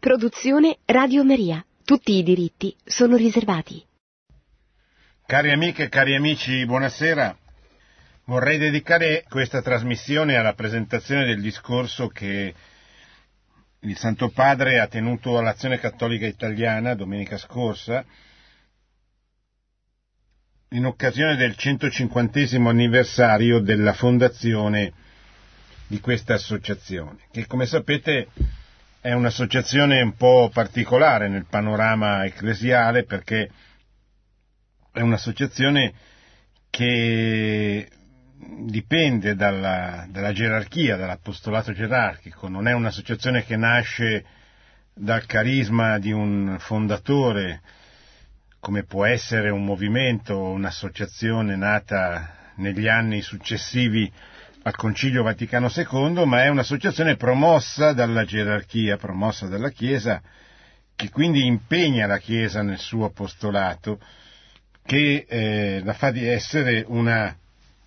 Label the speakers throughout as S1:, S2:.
S1: Produzione Radio Maria. Tutti i diritti sono riservati.
S2: Cari amiche e cari amici, buonasera. Vorrei dedicare questa trasmissione alla presentazione del discorso che il Santo Padre ha tenuto all'Azione Cattolica Italiana domenica scorsa, in occasione del 150° anniversario della fondazione di questa associazione, che come sapete è un'associazione un po' particolare nel panorama ecclesiale, perché è un'associazione che dipende dalla gerarchia, dall'apostolato gerarchico. Non è un'associazione che nasce dal carisma di un fondatore, come può essere un movimento o un'associazione nata negli anni successivi al Concilio Vaticano II, ma è un'associazione promossa dalla gerarchia, promossa dalla Chiesa, che quindi impegna la Chiesa nel suo apostolato, che la fa di essere una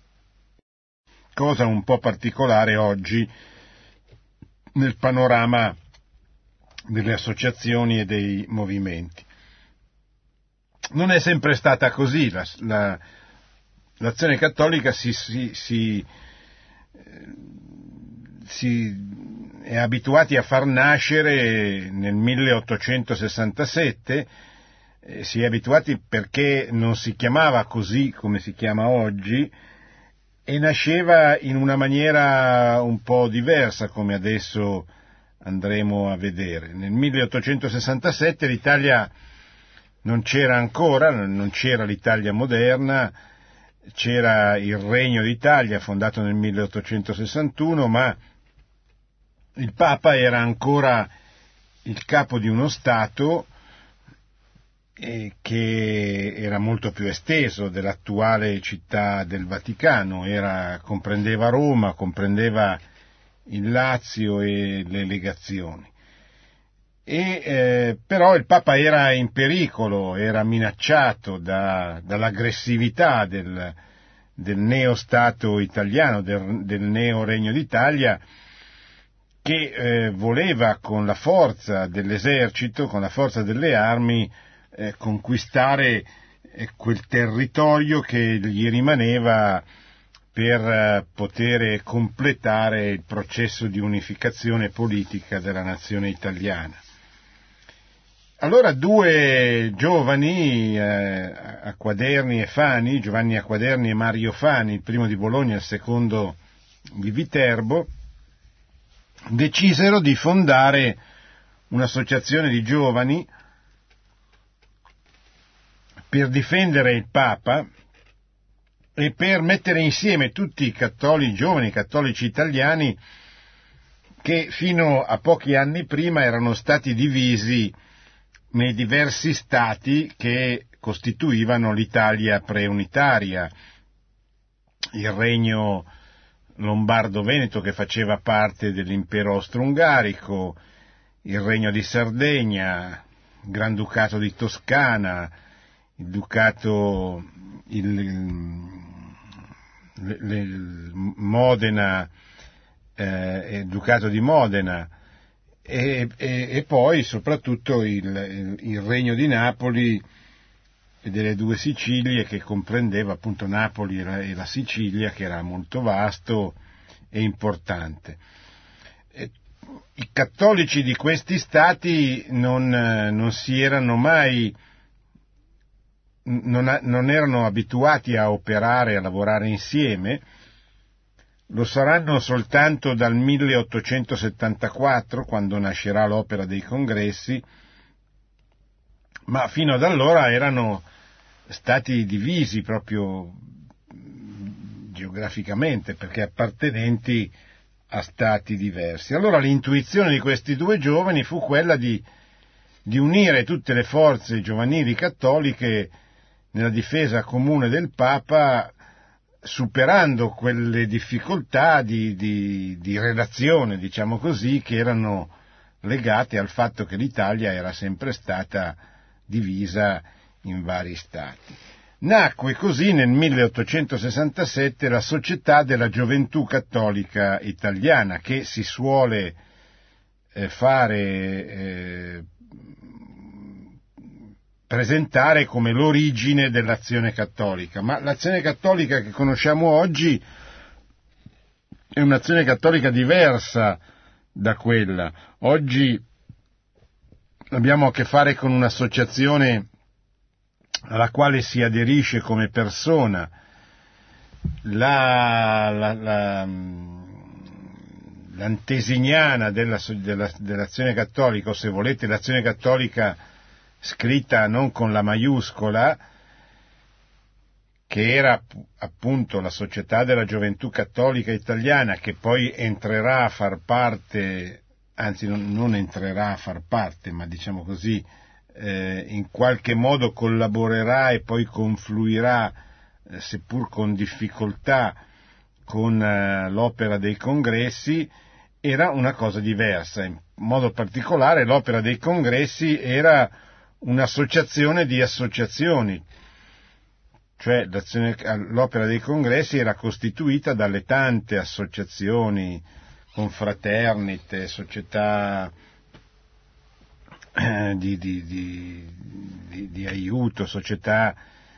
S2: cosa un po' particolare oggi nel panorama delle associazioni e dei movimenti. Non è sempre stata così. L'Azione Cattolica si è abituati a far nascere nel 1867, si è abituati perché non si chiamava così come si chiama oggi, e nasceva in una maniera un po' diversa, come adesso andremo a vedere. Nel 1867 l'Italia non c'era ancora, non c'era l'Italia moderna, c'era il Regno d'Italia fondato nel 1861, ma il Papa era ancora il capo di uno Stato che era molto più esteso dell'attuale città del Vaticano, comprendeva Roma, comprendeva il Lazio e le legazioni. Però il Papa era in pericolo, era minacciato dall'aggressività del neo-Stato italiano, del neo-Regno d'Italia, che voleva con la forza dell'esercito, con la forza delle armi, conquistare quel territorio che gli rimaneva per poter completare il processo di unificazione politica della nazione italiana. Allora due giovani, Acquaderni e Fani, Giovanni Acquaderni e Mario Fani, il primo di Bologna e il secondo di Viterbo, decisero di fondare un'associazione di giovani per difendere il Papa e per mettere insieme tutti i giovani cattolici italiani che fino a pochi anni prima erano stati divisi nei diversi stati che costituivano l'Italia preunitaria, il Regno Lombardo-Veneto che faceva parte dell'impero austro-ungarico, il Regno di Sardegna, il Granducato di Toscana, il Ducato, Modena, il Ducato di Modena, e poi soprattutto il Regno di Napoli e delle due Sicilie, che comprendeva appunto Napoli e la Sicilia, che era molto vasto e importante. I cattolici di questi stati non si erano mai, non erano abituati a operare, a lavorare insieme. Lo saranno soltanto dal 1874, quando nascerà l'Opera dei Congressi, ma fino ad allora erano stati divisi proprio geograficamente, perché appartenenti a stati diversi. Allora l'intuizione di questi due giovani fu quella di unire tutte le forze giovanili cattoliche nella difesa comune del Papa, superando quelle difficoltà di relazione, diciamo così, che erano legate al fatto che l'Italia era sempre stata divisa in vari stati. Nacque così nel 1867 la Società della Gioventù Cattolica Italiana, che si suole fare presentare come l'origine dell'azione cattolica, ma l'azione cattolica che conosciamo oggi è un'azione cattolica diversa da quella. Oggi abbiamo a che fare con un'associazione alla quale si aderisce come persona. L'antesignana dell'azione cattolica, o se volete l'azione cattolica scritta non con la maiuscola, che era appunto la Società della Gioventù Cattolica Italiana, che poi entrerà a far parte, anzi non entrerà a far parte, ma diciamo così, in qualche modo collaborerà e poi confluirà, seppur con difficoltà, con l'Opera dei Congressi. Era una cosa diversa. In modo particolare l'Opera dei Congressi era un'associazione di associazioni, cioè l'Opera dei Congressi era costituita dalle tante associazioni, confraternite, società di aiuto, società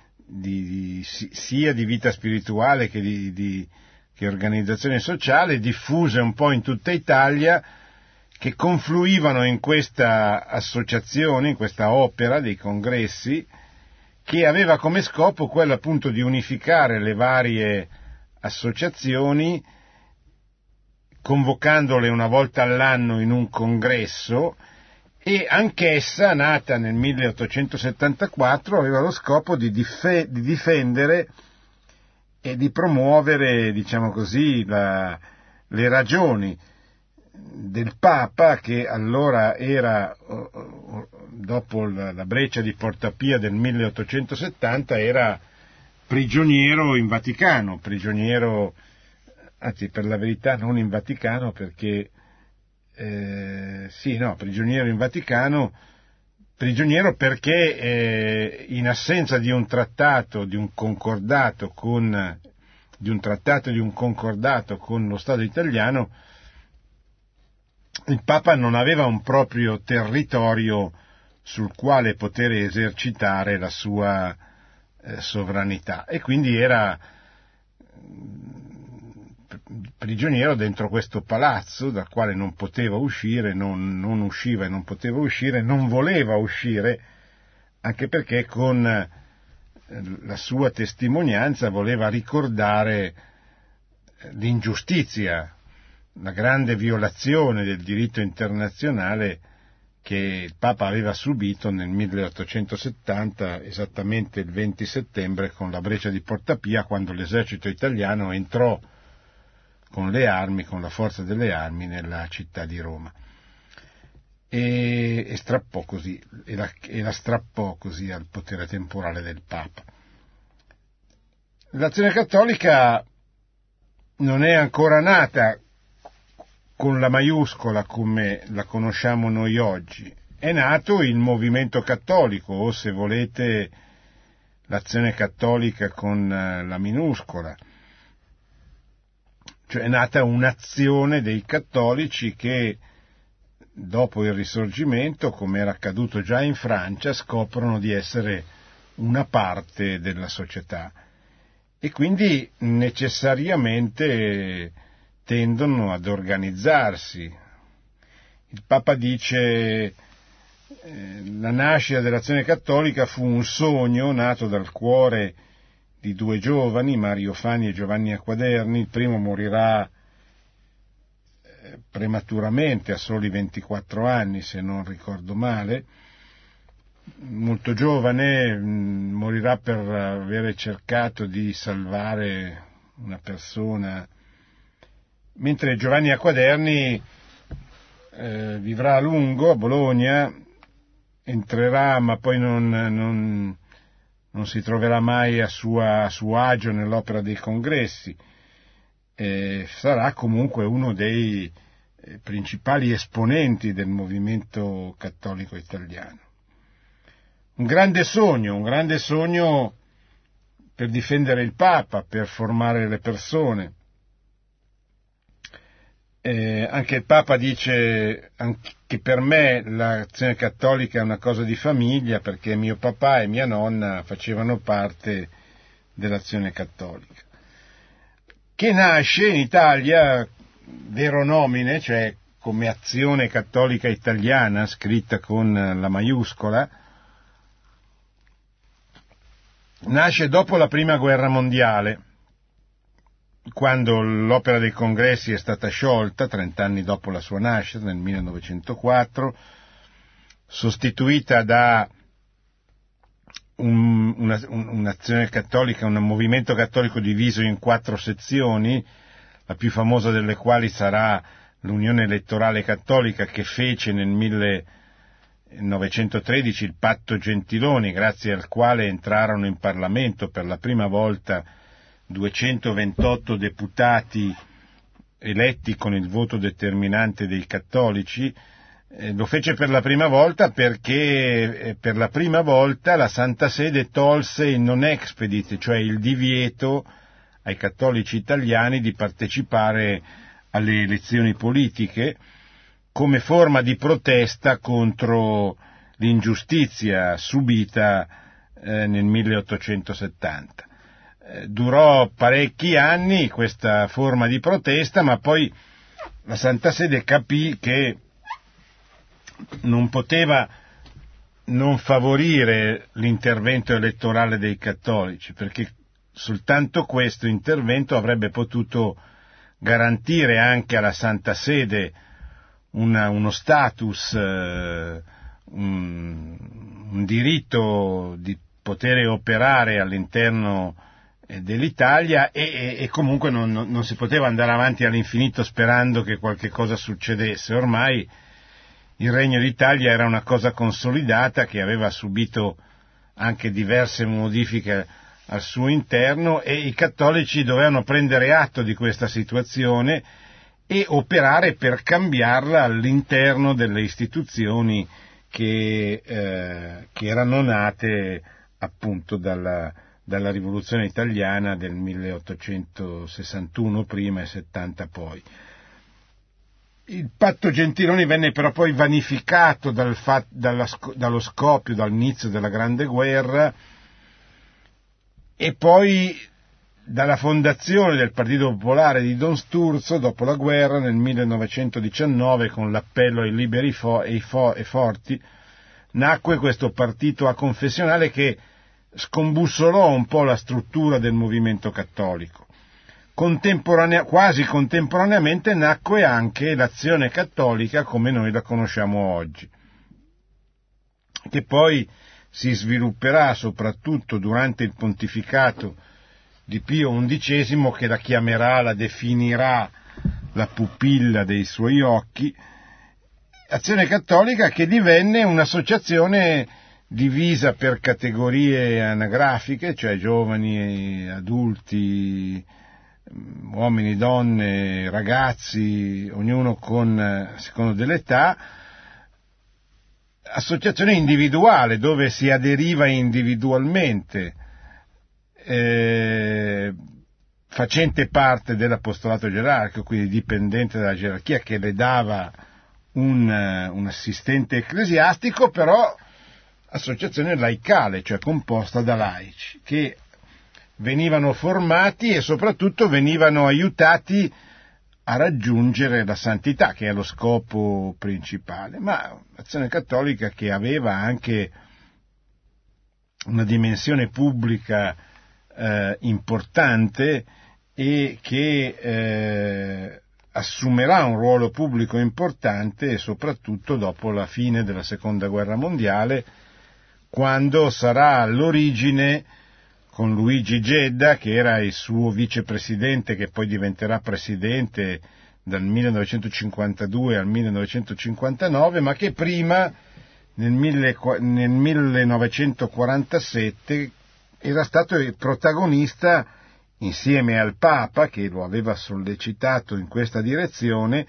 S2: sia di vita spirituale che organizzazione sociale, diffuse un po' in tutta Italia, che confluivano in questa associazione, in questa opera dei congressi, che aveva come scopo quello appunto di unificare le varie associazioni, convocandole una volta all'anno in un congresso, e anch'essa, nata nel 1874, aveva lo scopo di difendere e di promuovere, diciamo così, le ragioni del Papa, che allora era, dopo la breccia di Porta Pia del 1870, era prigioniero in Vaticano, anzi per la verità non in Vaticano, perché prigioniero in Vaticano, prigioniero perché in assenza di un trattato, di un concordato con lo Stato italiano, il Papa non aveva un proprio territorio sul quale poter esercitare la sua sovranità, e quindi era prigioniero dentro questo palazzo dal quale non poteva uscire, non usciva e non poteva uscire, non voleva uscire, anche perché con la sua testimonianza voleva ricordare l'ingiustizia, la grande violazione del diritto internazionale che il Papa aveva subito nel 1870, esattamente il 20 settembre, con la breccia di Porta Pia, quando l'esercito italiano entrò con le armi, con la forza delle armi, nella città di Roma e strappò così, la strappò così al potere temporale del Papa. L'azione cattolica non è ancora nata con la maiuscola come la conosciamo noi oggi. È nato il movimento cattolico, o se volete l'azione cattolica con la minuscola. Cioè è nata un'azione dei cattolici che, dopo il Risorgimento, come era accaduto già in Francia, scoprono di essere una parte della società e quindi necessariamente tendono ad organizzarsi. Il Papa dice: la nascita dell'azione cattolica fu un sogno nato dal cuore di due giovani, Mario Fani e Giovanni Acquaderni. Il primo morirà prematuramente, a soli 24 anni, se non ricordo male, molto giovane, morirà per avere cercato di salvare una persona, mentre Giovanni Acquaderni vivrà a lungo a Bologna, entrerà ma poi non si troverà mai a suo agio nell'Opera dei Congressi, sarà comunque uno dei principali esponenti del movimento cattolico italiano. Un grande sogno per difendere il Papa, per formare le persone. Anche il Papa dice che per me l'Azione Cattolica è una cosa di famiglia, perché mio papà e mia nonna facevano parte dell'Azione Cattolica, che nasce in Italia, vero nomine, cioè come Azione Cattolica Italiana, scritta con la maiuscola, nasce dopo la Prima Guerra Mondiale, quando l'Opera dei Congressi è stata sciolta, 30 anni dopo la sua nascita, nel 1904, sostituita da un'azione cattolica, un movimento cattolico diviso in 4 sezioni, la più famosa delle quali sarà l'Unione Elettorale Cattolica, che fece nel 1913 il Patto Gentiloni, grazie al quale entrarono in Parlamento per la prima volta 228 deputati eletti con il voto determinante dei cattolici. Lo fece per la prima volta perché per la prima volta la Santa Sede tolse il non expedit, cioè il divieto ai cattolici italiani di partecipare alle elezioni politiche, come forma di protesta contro l'ingiustizia subita nel 1870. Durò parecchi anni questa forma di protesta, ma poi la Santa Sede capì che non poteva non favorire l'intervento elettorale dei cattolici, perché soltanto questo intervento avrebbe potuto garantire anche alla Santa Sede uno status, un diritto di poter operare all'interno dell'Italia, e comunque non si poteva andare avanti all'infinito sperando che qualche cosa succedesse. Ormai il Regno d'Italia era una cosa consolidata che aveva subito anche diverse modifiche al suo interno, e i cattolici dovevano prendere atto di questa situazione e operare per cambiarla all'interno delle istituzioni che erano nate appunto dalla rivoluzione italiana del 1861 prima e 70 poi. Il Patto Gentiloni venne però poi vanificato dallo scoppio, dall'inizio della Grande Guerra, e poi dalla fondazione del Partito Popolare di Don Sturzo dopo la guerra nel 1919, con l'appello ai liberi e forti, nacque questo partito aconfessionale che scombussolò un po' la struttura del movimento cattolico. Quasi contemporaneamente nacque anche l'Azione Cattolica come noi la conosciamo oggi, che poi si svilupperà soprattutto durante il pontificato di Pio XI, che la chiamerà, la definirà la pupilla dei suoi occhi. Azione Cattolica che divenne un'associazione divisa per categorie anagrafiche, cioè giovani, adulti, uomini, donne, ragazzi, ognuno secondo dell'età, associazione individuale dove si aderiva individualmente, facente parte dell'apostolato gerarchico, quindi dipendente dalla gerarchia che le dava un assistente ecclesiastico, però associazione laicale, cioè composta da laici, che venivano formati e soprattutto venivano aiutati a raggiungere la santità, che è lo scopo principale. Ma l'Azione Cattolica che aveva anche una dimensione pubblica importante e che assumerà un ruolo pubblico importante soprattutto dopo la fine della Seconda Guerra Mondiale, quando sarà all'origine, con Luigi Gedda, che era il suo vicepresidente, che poi diventerà presidente dal 1952 al 1959, ma che prima, nel 1947, era stato il protagonista, insieme al Papa, che lo aveva sollecitato in questa direzione,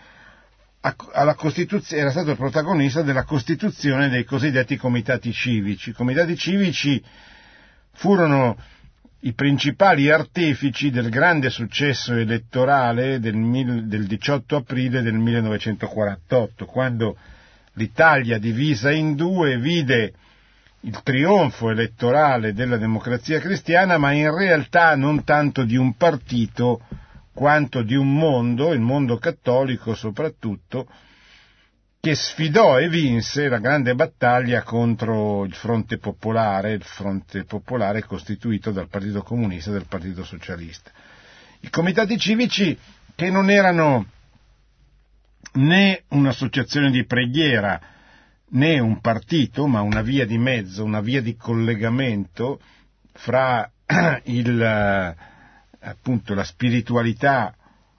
S2: era stato il protagonista della costituzione dei cosiddetti comitati civici. I comitati civici furono i principali artefici del grande successo elettorale del 18 aprile del 1948, quando l'Italia divisa in due vide il trionfo elettorale della Democrazia Cristiana, ma in realtà non tanto di un partito quanto di un mondo, il mondo cattolico soprattutto, che sfidò e vinse la grande battaglia contro il fronte popolare costituito dal Partito Comunista e dal Partito Socialista. I comitati civici, che non erano né un'associazione di preghiera né un partito, ma una via di mezzo, una via di collegamento fra appunto la spiritualità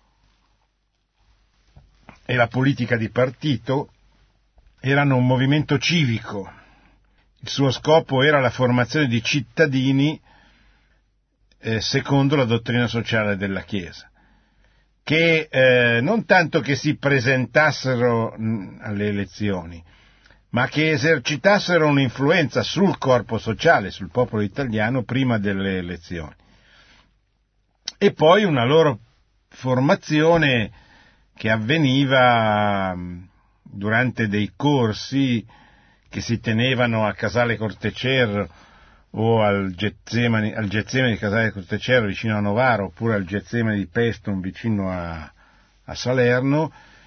S2: e la politica di partito, erano un movimento civico. Il suo scopo era la formazione di cittadini secondo la dottrina sociale della Chiesa, che non tanto che si presentassero alle elezioni, ma che esercitassero un'influenza sul corpo sociale, sul popolo italiano prima delle elezioni. E poi una loro formazione che avveniva durante dei corsi che si tenevano a Casale Cortecero o al Getsemani di Casale Cortecero vicino a Novara, oppure al Getsemani di Pestum vicino a Salerno,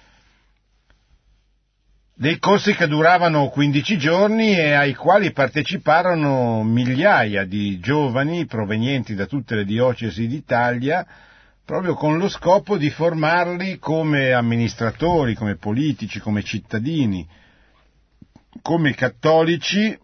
S2: dei corsi che duravano 15 giorni e ai quali parteciparono migliaia di giovani provenienti da tutte le diocesi d'Italia, proprio con lo scopo di formarli come amministratori, come politici, come cittadini, come cattolici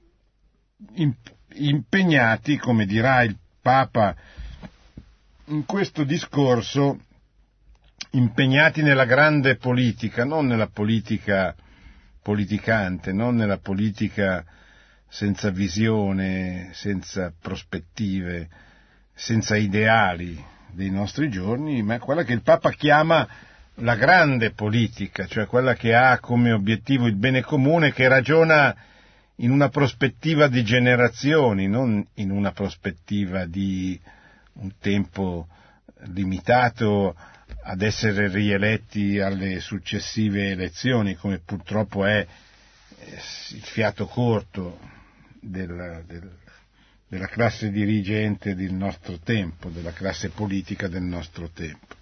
S2: impegnati, come dirà il Papa in questo discorso, impegnati nella grande politica, non nella politica politicante, non nella politica senza visione, senza prospettive, senza ideali dei nostri giorni, ma quella che il Papa chiama la grande politica, cioè quella che ha come obiettivo il bene comune, che ragiona in una prospettiva di generazioni, non in una prospettiva di un tempo limitato ad essere rieletti alle successive elezioni, come purtroppo è il fiato corto della classe dirigente del nostro tempo, della classe politica del nostro tempo.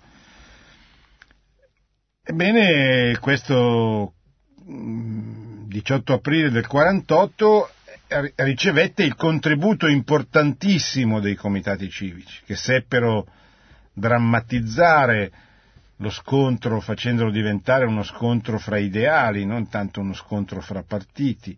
S2: Ebbene, questo 18 aprile del 48 ricevette il contributo importantissimo dei comitati civici, che seppero drammatizzare lo scontro, facendolo diventare uno scontro fra ideali, non tanto uno scontro fra partiti,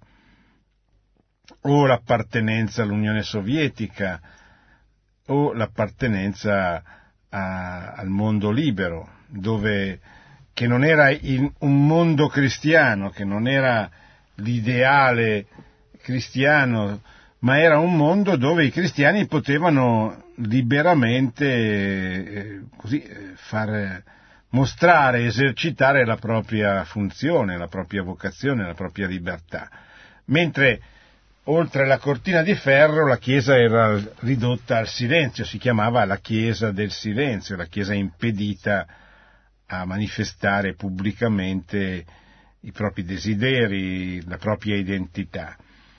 S2: o l'appartenenza all'Unione Sovietica, o l'appartenenza al mondo libero, che non era un mondo cristiano, che non era l'ideale cristiano, ma era un mondo dove i cristiani potevano liberamente far mostrare, esercitare la propria funzione, la propria vocazione, la propria libertà. Mentre oltre la cortina di ferro la Chiesa era ridotta al silenzio, si chiamava la Chiesa del silenzio, la Chiesa impedita a manifestare pubblicamente i propri desideri, la propria identità.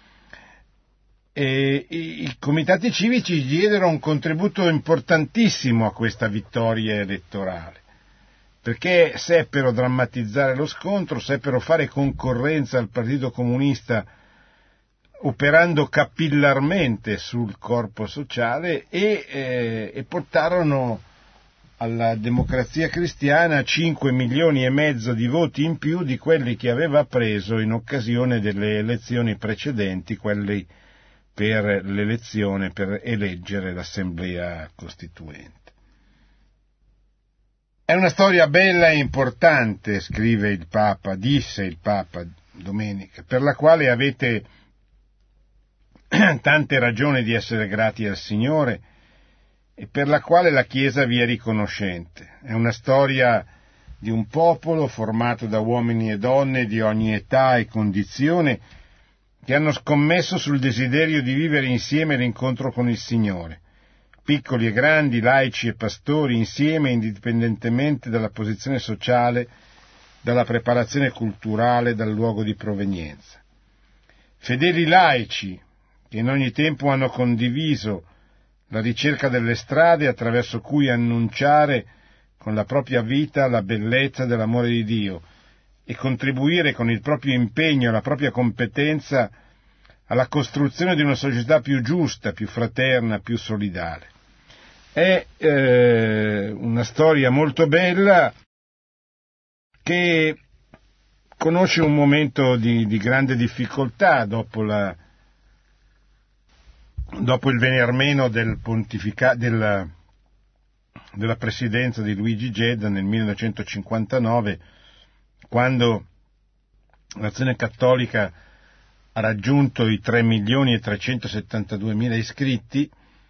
S2: E i comitati civici diedero un contributo importantissimo a questa vittoria elettorale, perché seppero drammatizzare lo scontro, seppero fare concorrenza al Partito Comunista operando capillarmente sul corpo sociale e portarono alla Democrazia Cristiana 5 milioni e mezzo di voti in più di quelli che aveva preso in occasione delle elezioni precedenti, quelli per l'elezione, per eleggere l'Assemblea Costituente. È una storia bella e importante, scrive il Papa, disse il Papa domenica, per la quale avete tante ragioni di essere grati al Signore e per la quale la Chiesa vi è riconoscente. È una storia di un popolo formato da uomini e donne di ogni età e condizione che hanno scommesso sul desiderio di vivere insieme l'incontro con il Signore, piccoli e grandi, laici e pastori, insieme, indipendentemente dalla posizione sociale dalla preparazione culturale, dal luogo di provenienza. Fedeli laici che in ogni tempo hanno condiviso la ricerca delle strade attraverso cui annunciare con la propria vita la bellezza dell'amore di Dio e contribuire con il proprio impegno e la propria competenza alla costruzione di una società più giusta, più fraterna, più solidale. È una storia molto bella che conosce un momento di grande difficoltà dopo il venir meno della presidenza di Luigi Gedda nel 1959, quando l'Azione Cattolica ha raggiunto i 3.372.000 iscritti,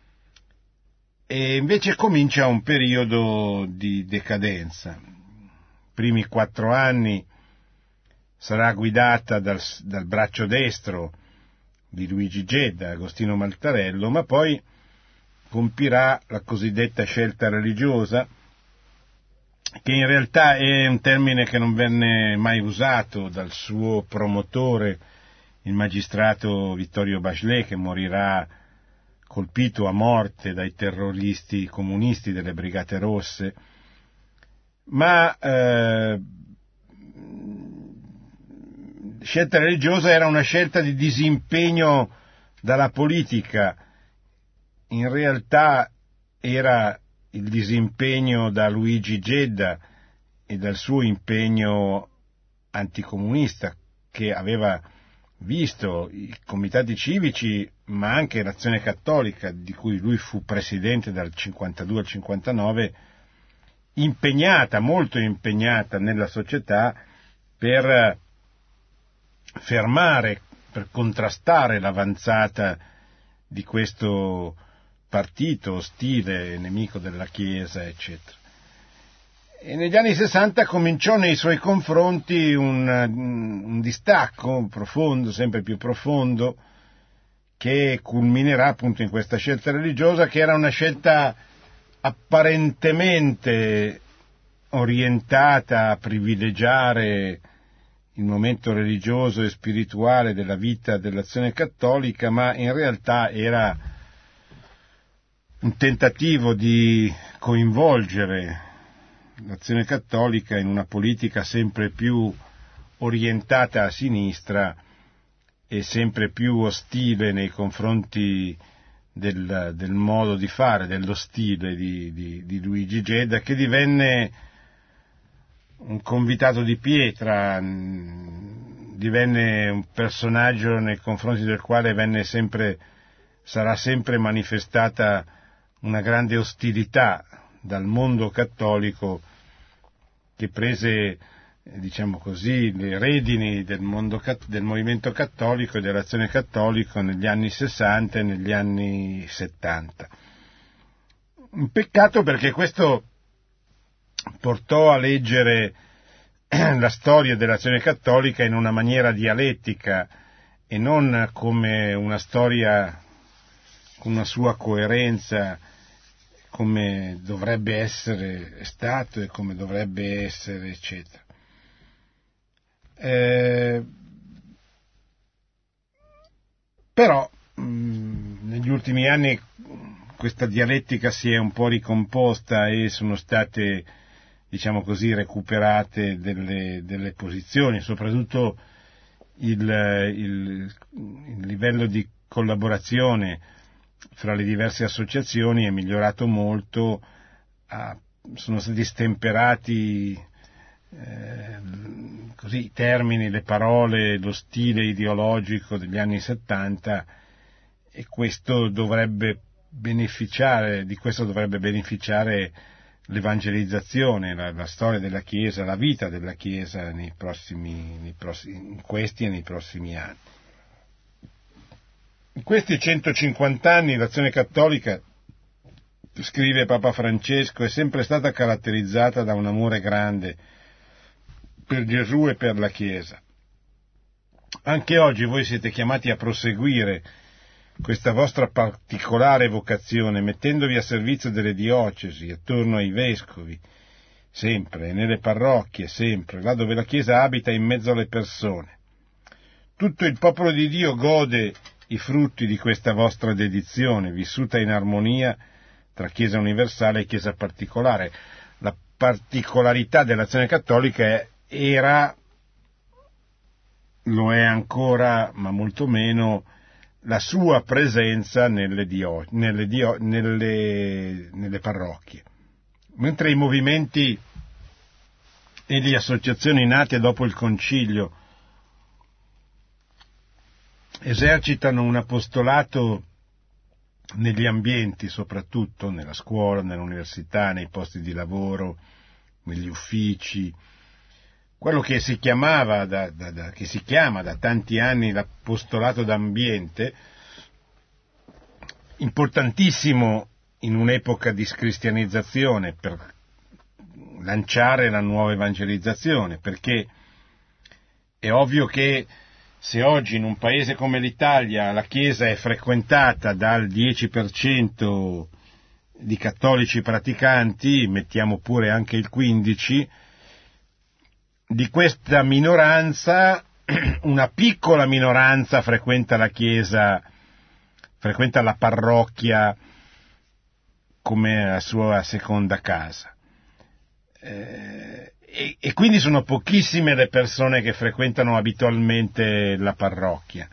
S2: e invece comincia un periodo di decadenza. I primi 4 anni sarà guidata dal braccio destro di Luigi Gedda, Agostino Maltarello, ma poi compirà la cosiddetta scelta religiosa, che in realtà è un termine che non venne mai usato dal suo promotore, il magistrato Vittorio Bachelet, che morirà colpito a morte dai terroristi comunisti delle Brigate Rosse, ma scelta religiosa era una scelta di disimpegno dalla politica. In realtà era il disimpegno da Luigi Gedda e dal suo impegno anticomunista, che aveva visto i comitati civici, ma anche l'Azione Cattolica, di cui lui fu presidente dal 52 al 59, molto impegnata nella società per fermare, per contrastare l'avanzata di questo partito ostile, nemico della Chiesa, eccetera. E negli anni 60 cominciò nei suoi confronti un distacco profondo, sempre più profondo, che culminerà appunto in questa scelta religiosa, che era una scelta apparentemente orientata a privilegiare il momento religioso e spirituale della vita dell'Azione Cattolica, ma in realtà era un tentativo di coinvolgere l'Azione Cattolica in una politica sempre più orientata a sinistra e sempre più ostile nei confronti del modo di fare, dello stile di Luigi Gedda, che divenne un convitato di pietra, divenne un personaggio nei confronti del quale sarà sempre manifestata una grande ostilità dal mondo cattolico, che prese, diciamo così, le redini del movimento cattolico e dell'Azione Cattolica negli anni 60 e negli anni 70. Un peccato, perché questo portò a leggere la storia dell'Azione Cattolica in una maniera dialettica e non come una storia con una sua coerenza, come dovrebbe essere stato e come dovrebbe essere, eccetera. Però negli ultimi anni questa dialettica si è un po' ricomposta e sono state, diciamo così, recuperate delle posizioni, soprattutto il livello di collaborazione fra le diverse associazioni è migliorato molto, sono stati stemperati così i termini, le parole, lo stile ideologico degli anni 70, e questo dovrebbe beneficiare l'evangelizzazione, la storia della Chiesa, la vita della Chiesa in questi e nei prossimi anni. In questi 150 anni l'Azione Cattolica, scrive Papa Francesco, è sempre stata caratterizzata da un amore grande per Gesù e per la Chiesa. Anche oggi voi siete chiamati a proseguire questa vostra particolare vocazione, mettendovi a servizio delle diocesi, attorno ai vescovi, sempre, nelle parrocchie, sempre, là dove la Chiesa abita in mezzo alle persone. Tutto il popolo di Dio gode i frutti di questa vostra dedizione, vissuta in armonia tra Chiesa universale e Chiesa particolare. La particolarità dell'azione cattolica era, lo è ancora, ma molto meno, la sua presenza nelle parrocchie. Mentre i movimenti e le associazioni nate dopo il Concilio esercitano un apostolato negli ambienti, soprattutto nella scuola, nell'università, nei posti di lavoro, negli uffici, quello che si chiamava che si chiama da tanti anni l'apostolato d'ambiente, importantissimo in un'epoca di scristianizzazione per lanciare la nuova evangelizzazione, perché è ovvio che se oggi in un paese come l'Italia la Chiesa è frequentata dal 10% di cattolici praticanti, mettiamo pure anche il 15%, di questa minoranza una piccola minoranza frequenta la Chiesa, frequenta la parrocchia come la sua seconda casa. E quindi sono pochissime le persone che frequentano abitualmente la parrocchia.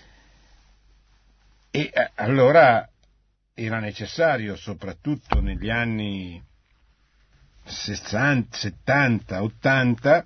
S2: E allora era necessario, soprattutto negli anni 60, 70, 80,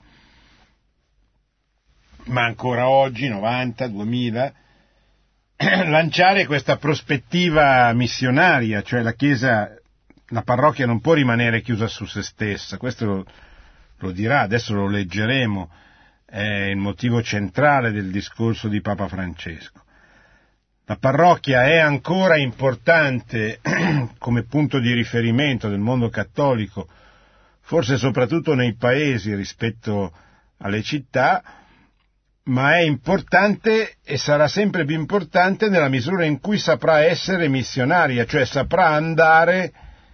S2: ma ancora oggi, 90, 2000, lanciare questa prospettiva missionaria, cioè la Chiesa, la parrocchia non può rimanere chiusa su se stessa, questo lo dirà, adesso lo leggeremo, è il motivo centrale del discorso di Papa Francesco. La parrocchia è ancora importante come punto di riferimento del mondo cattolico, forse soprattutto nei paesi rispetto alle città, ma è importante e sarà sempre più importante nella misura in cui saprà essere missionaria, cioè saprà andare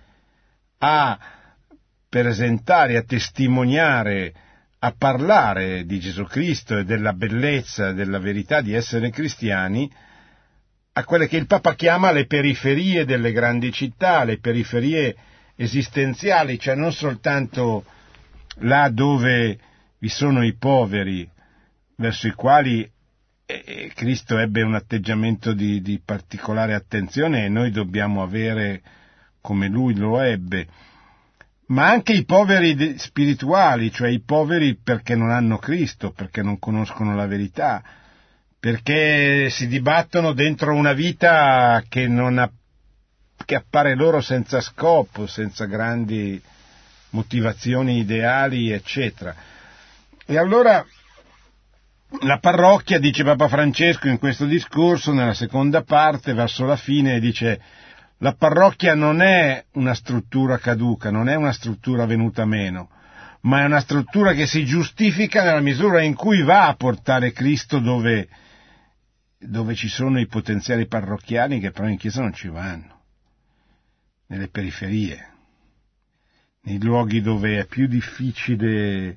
S2: a presentare, a testimoniare, a parlare di Gesù Cristo e della bellezza, della verità di essere cristiani a quelle che il Papa chiama le periferie delle grandi città, le periferie esistenziali, cioè non soltanto là dove vi sono i poveri, verso i quali Cristo ebbe un atteggiamento di particolare attenzione e noi dobbiamo avere come Lui lo ebbe, ma anche i poveri spirituali, cioè i poveri perché non hanno Cristo, perché non conoscono la verità, perché si dibattono dentro una vita che appare loro senza scopo, senza grandi motivazioni ideali, eccetera. E allora la parrocchia, dice Papa Francesco in questo discorso, nella seconda parte, verso la fine, dice: la parrocchia non è una struttura caduca, non è una struttura venuta meno, ma è una struttura che si giustifica nella misura in cui va a portare Cristo dove ci sono i potenziali parrocchiani che però in chiesa non ci vanno, nelle periferie, nei luoghi dove è più difficile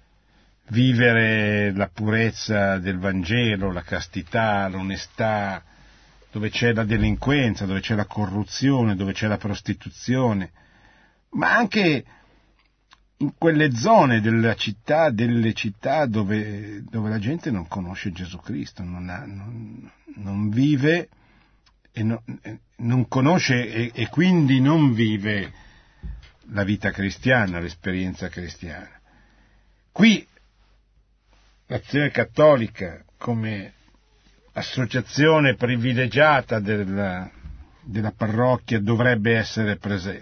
S2: vivere la purezza del Vangelo, la castità, l'onestà, dove c'è la delinquenza, dove c'è la corruzione, dove c'è la prostituzione, ma anche in quelle zone delle città dove la gente non conosce Gesù Cristo, non vive e non conosce e quindi non vive la vita cristiana, l'esperienza cristiana. Qui l'Azione Cattolica, come associazione privilegiata della parrocchia, dovrebbe essere presente.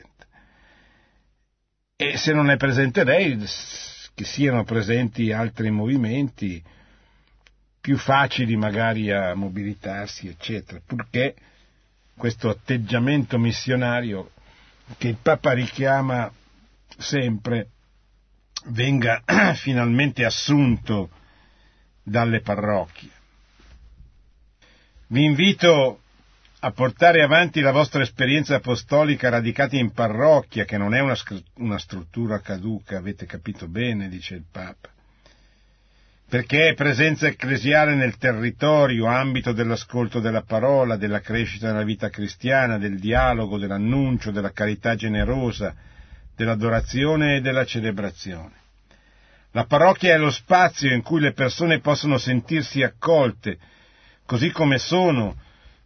S2: E se non è presente lei, che siano presenti altri movimenti più facili magari a mobilitarsi, eccetera, purché questo atteggiamento missionario che il Papa richiama sempre venga finalmente assunto dalle parrocchie. Vi invito a portare avanti la vostra esperienza apostolica radicata in parrocchia, che non è una struttura caduca, avete capito bene, dice il Papa, perché è presenza ecclesiale nel territorio, ambito dell'ascolto della parola, della crescita nella vita cristiana, del dialogo, dell'annuncio, della carità generosa, dell'adorazione e della celebrazione. La parrocchia è lo spazio in cui le persone possono sentirsi accolte, così come sono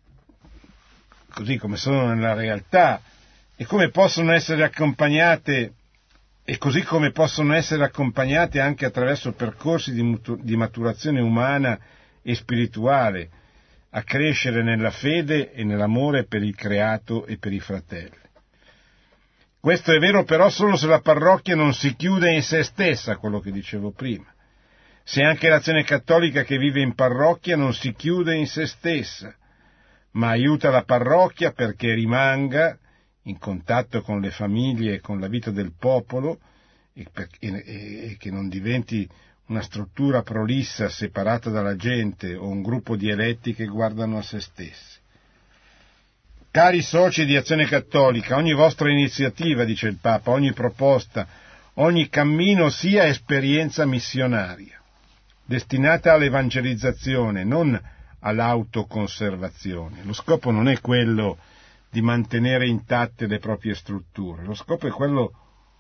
S2: nella realtà, e come possono essere accompagnate, e così come possono essere accompagnate anche attraverso percorsi di maturazione umana e spirituale, a crescere nella fede e nell'amore per il creato e per i fratelli. Questo è vero però solo se la parrocchia non si chiude in se stessa, quello che dicevo prima. Se anche l'azione cattolica che vive in parrocchia non si chiude in se stessa, ma aiuta la parrocchia perché rimanga in contatto con le famiglie e con la vita del popolo e che non diventi una struttura prolissa separata dalla gente o un gruppo di eletti che guardano a se stessi. Cari soci di Azione Cattolica, ogni vostra iniziativa, dice il Papa, ogni proposta, ogni cammino sia esperienza missionaria, destinata all'evangelizzazione, non all'autoconservazione. Lo scopo non è quello di mantenere intatte le proprie strutture, lo scopo è quello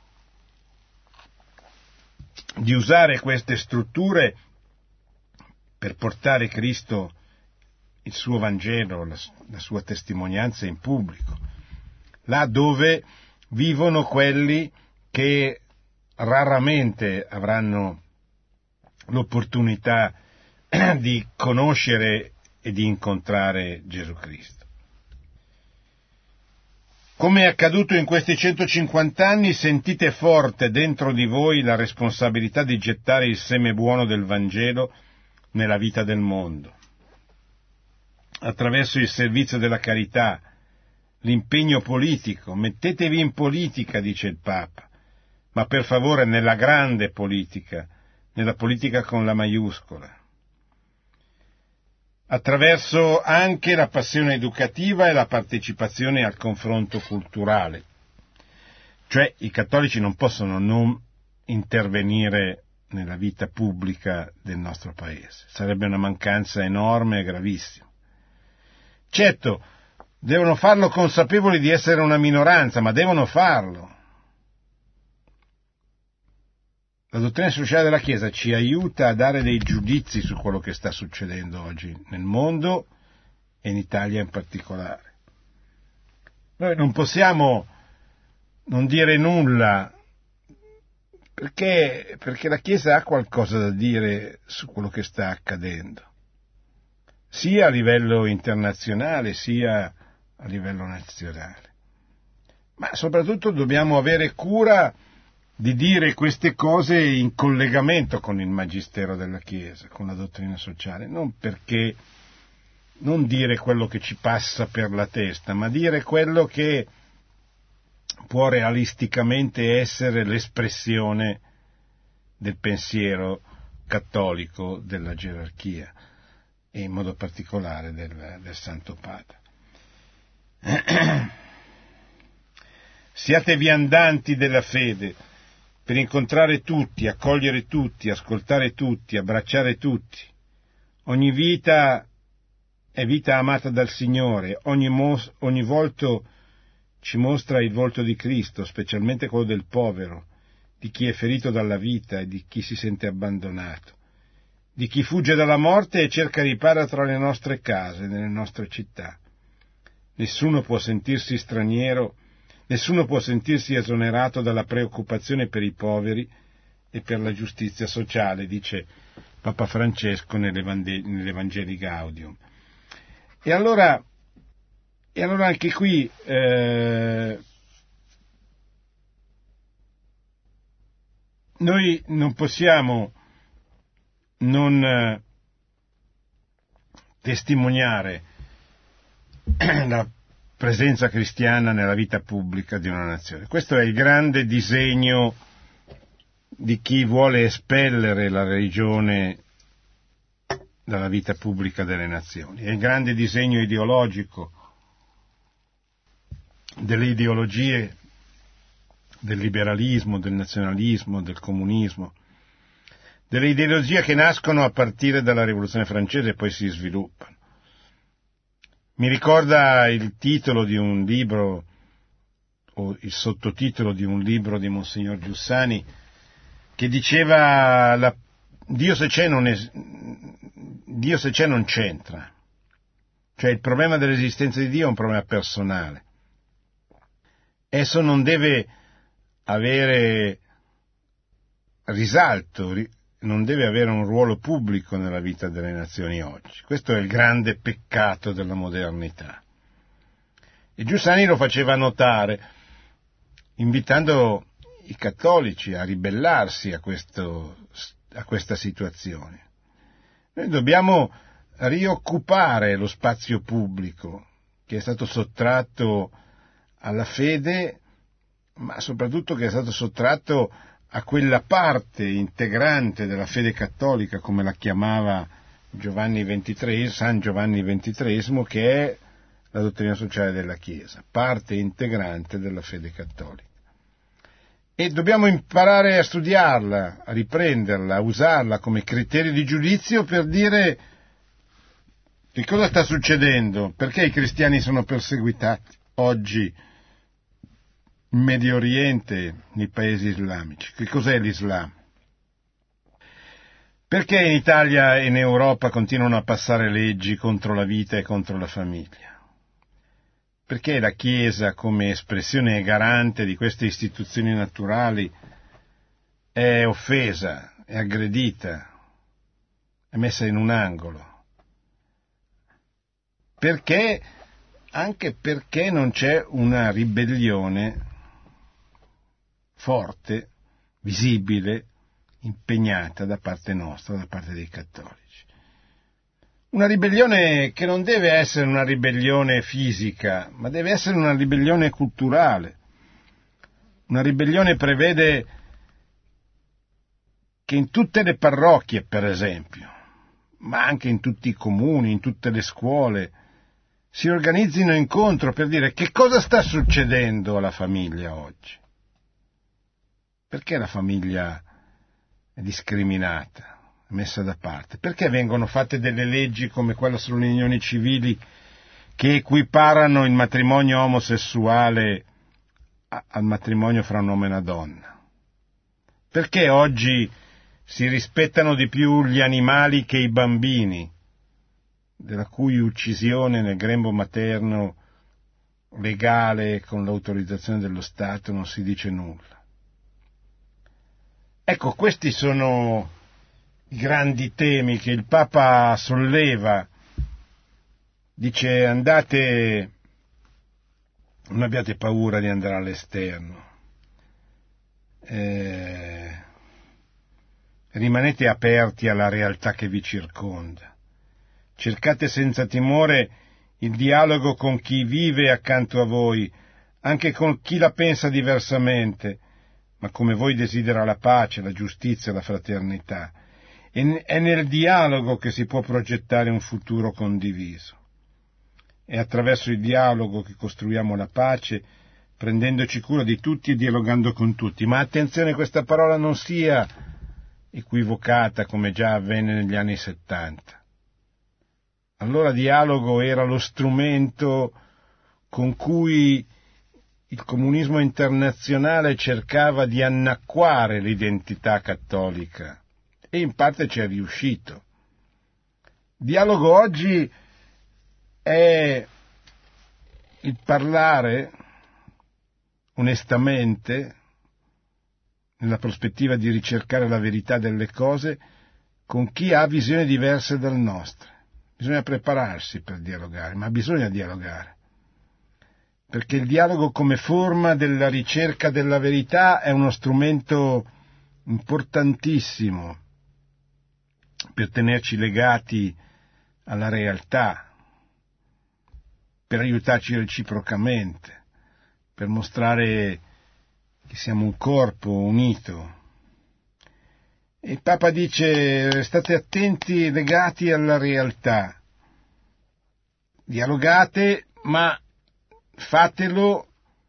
S2: di usare queste strutture per portare Cristo, il suo Vangelo, la sua testimonianza in pubblico, là dove vivono quelli che raramente avranno l'opportunità di conoscere e di incontrare Gesù Cristo. Come è accaduto in questi 150 anni, sentite forte dentro di voi la responsabilità di gettare il seme buono del Vangelo nella vita del mondo, attraverso il servizio della carità, l'impegno politico. Mettetevi in politica, dice il Papa, ma per favore nella grande politica, nella politica con la maiuscola, attraverso anche la passione educativa e la partecipazione al confronto culturale. Cioè i cattolici non possono non intervenire nella vita pubblica del nostro Paese. Sarebbe una mancanza enorme e gravissima. Certo, devono farlo consapevoli di essere una minoranza, ma devono farlo. La dottrina sociale della Chiesa ci aiuta a dare dei giudizi su quello che sta succedendo oggi nel mondo e in Italia in particolare. Noi non possiamo non dire nulla perché la Chiesa ha qualcosa da dire su quello che sta accadendo, sia a livello internazionale sia a livello nazionale. Ma soprattutto dobbiamo avere cura di dire queste cose in collegamento con il Magistero della Chiesa, con la dottrina sociale, non dire quello che ci passa per la testa, ma dire quello che può realisticamente essere l'espressione del pensiero cattolico della gerarchia e in modo particolare del Santo Padre. Siate viandanti della fede, per incontrare tutti, accogliere tutti, ascoltare tutti, abbracciare tutti. Ogni vita è vita amata dal Signore, ogni volto ci mostra il volto di Cristo, specialmente quello del povero, di chi è ferito dalla vita e di chi si sente abbandonato, di chi fugge dalla morte e cerca riparo tra le nostre case, nelle nostre città. Nessuno può sentirsi straniero, nessuno può sentirsi esonerato dalla preoccupazione per i poveri e per la giustizia sociale, dice Papa Francesco nell'Evangelii Gaudium. E allora anche qui noi non possiamo non testimoniare la presenza cristiana nella vita pubblica di una nazione. Questo è il grande disegno di chi vuole espellere la religione dalla vita pubblica delle nazioni. È il grande disegno ideologico delle ideologie del liberalismo, del nazionalismo, del comunismo, delle ideologie che nascono a partire dalla Rivoluzione francese e poi si sviluppano. Mi ricorda il titolo di un libro, o il sottotitolo di un libro di Monsignor Giussani, che diceva Dio se c'è non c'entra. Cioè il problema dell'esistenza di Dio è un problema personale. Esso non deve avere risalto, non deve avere un ruolo pubblico nella vita delle nazioni oggi. Questo è il grande peccato della modernità. E Giussani lo faceva notare, invitando i cattolici a ribellarsi a questa situazione. Noi dobbiamo rioccupare lo spazio pubblico che è stato sottratto alla fede, ma soprattutto che è stato sottratto a quella parte integrante della fede cattolica, come la chiamava San Giovanni XXIII, che è la dottrina sociale della Chiesa, parte integrante della fede cattolica. E dobbiamo imparare a studiarla, a riprenderla, a usarla come criterio di giudizio per dire che cosa sta succedendo, perché i cristiani sono perseguitati oggi in Medio Oriente, nei paesi islamici. Che cos'è l'Islam? Perché in Italia e in Europa continuano a passare leggi contro la vita e contro la famiglia? Perché la Chiesa, come espressione e garante di queste istituzioni naturali, è offesa, è aggredita, è messa in un angolo? Perché? Anche perché non c'è una ribellione forte, visibile, impegnata da parte nostra, da parte dei cattolici. Una ribellione che non deve essere una ribellione fisica, ma deve essere una ribellione culturale. Una ribellione prevede che in tutte le parrocchie, per esempio, ma anche in tutti i comuni, in tutte le scuole, si organizzino incontro per dire che cosa sta succedendo alla famiglia oggi. Perché la famiglia è discriminata, è messa da parte? Perché vengono fatte delle leggi come quella sulle unioni civili che equiparano il matrimonio omosessuale al matrimonio fra un uomo e una donna? Perché oggi si rispettano di più gli animali che i bambini, della cui uccisione nel grembo materno legale con l'autorizzazione dello Stato non si dice nulla? Ecco, questi sono i grandi temi che il Papa solleva. Dice: andate, non abbiate paura di andare all'esterno, rimanete aperti alla realtà che vi circonda, cercate senza timore il dialogo con chi vive accanto a voi, anche con chi la pensa diversamente, ma come voi desidera la pace, la giustizia e la fraternità. È nel dialogo che si può progettare un futuro condiviso. È attraverso il dialogo che costruiamo la pace, prendendoci cura di tutti e dialogando con tutti. Ma attenzione, questa parola non sia equivocata come già avvenne negli anni '70. Allora dialogo era lo strumento con cui il comunismo internazionale cercava di annacquare l'identità cattolica e in parte ci è riuscito. Dialogo oggi è il parlare onestamente, nella prospettiva di ricercare la verità delle cose, con chi ha visioni diverse dal nostre. Bisogna prepararsi per dialogare, ma bisogna dialogare. Perché il dialogo come forma della ricerca della verità è uno strumento importantissimo per tenerci legati alla realtà, per aiutarci reciprocamente, per mostrare che siamo un corpo unito. E il Papa dice: state attenti, legati alla realtà, dialogate, ma fatelo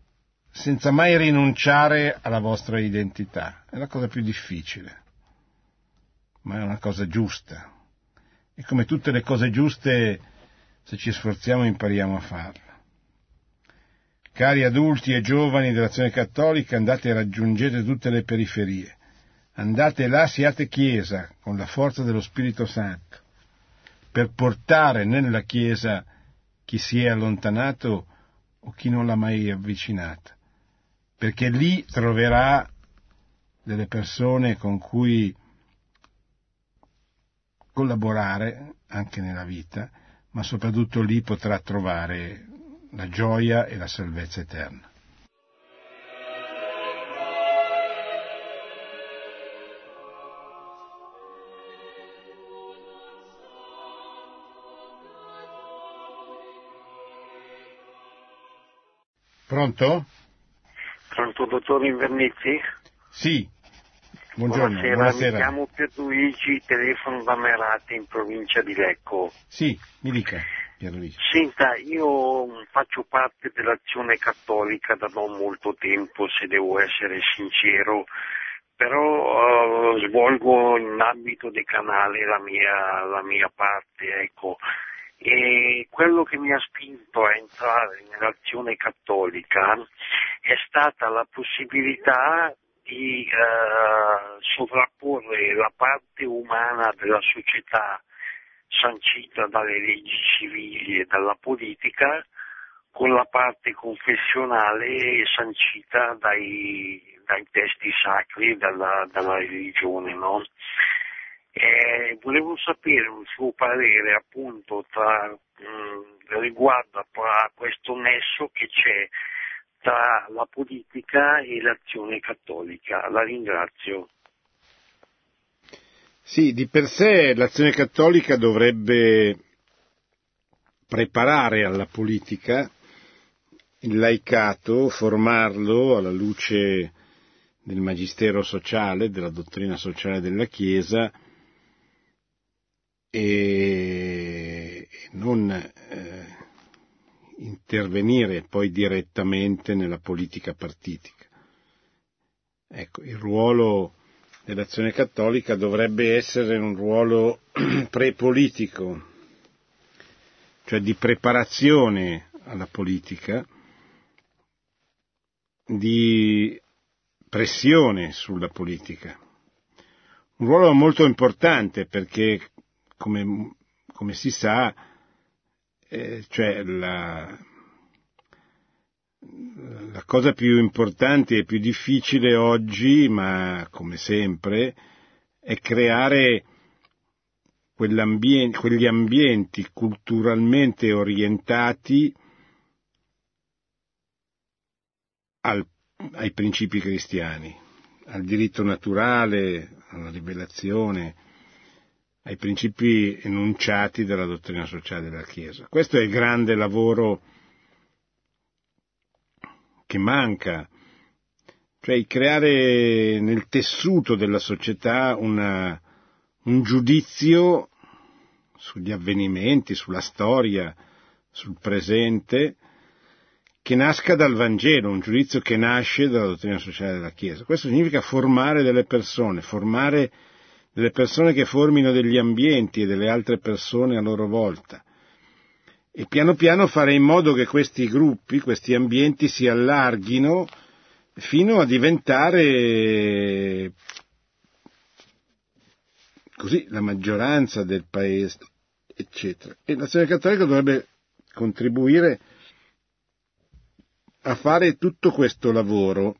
S2: senza mai rinunciare alla vostra identità. È la cosa più difficile, ma è una cosa giusta. E come tutte le cose giuste, se ci sforziamo impariamo a farle. Cari adulti e giovani dell'Azione Cattolica, andate e raggiungete tutte le periferie. Andate là, siate Chiesa, con la forza dello Spirito Santo, per portare nella Chiesa chi si è allontanato o chi non l'ha mai avvicinata, perché lì troverà delle persone con cui collaborare anche nella vita, ma soprattutto lì potrà trovare la gioia e la salvezza eterna. Pronto?
S3: Pronto, dottor Invernizzi?
S2: Sì, buongiorno.
S3: Buonasera, mi chiamo Pierluigi, telefono da Merate in provincia di Lecco.
S2: Sì, mi dica, Pierluigi.
S3: Senta, io faccio parte dell'Azione Cattolica da non molto tempo, se devo essere sincero, però svolgo in ambito di canale la mia parte, ecco. E quello che mi ha spinto a entrare nell'Azione Cattolica è stata la possibilità di sovrapporre la parte umana della società sancita dalle leggi civili e dalla politica con la parte confessionale sancita dai testi sacri, dalla religione, no? Volevo sapere un suo parere appunto riguardo a questo nesso che c'è tra la politica e l'Azione Cattolica. La ringrazio.
S2: Sì, di per sé l'Azione Cattolica dovrebbe preparare alla politica il laicato, formarlo alla luce del magistero sociale, della dottrina sociale della Chiesa, e non intervenire poi direttamente nella politica partitica. Ecco, il ruolo dell'Azione Cattolica dovrebbe essere un ruolo prepolitico, cioè di preparazione alla politica, di pressione sulla politica. Un ruolo molto importante perché, come si sa, cioè la cosa più importante e più difficile oggi, ma come sempre, è creare quegli ambienti culturalmente orientati ai principi cristiani, al diritto naturale, alla rivelazione, ai principi enunciati dalla dottrina sociale della Chiesa. Questo è il grande lavoro che manca, cioè creare nel tessuto della società un giudizio sugli avvenimenti, sulla storia, sul presente, che nasca dal Vangelo, un giudizio che nasce dalla dottrina sociale della Chiesa. Questo significa formare delle persone che formino degli ambienti e delle altre persone a loro volta. E piano piano fare in modo che questi gruppi, questi ambienti si allarghino fino a diventare così la maggioranza del paese, eccetera. E l'Azione Cattolica dovrebbe contribuire a fare tutto questo lavoro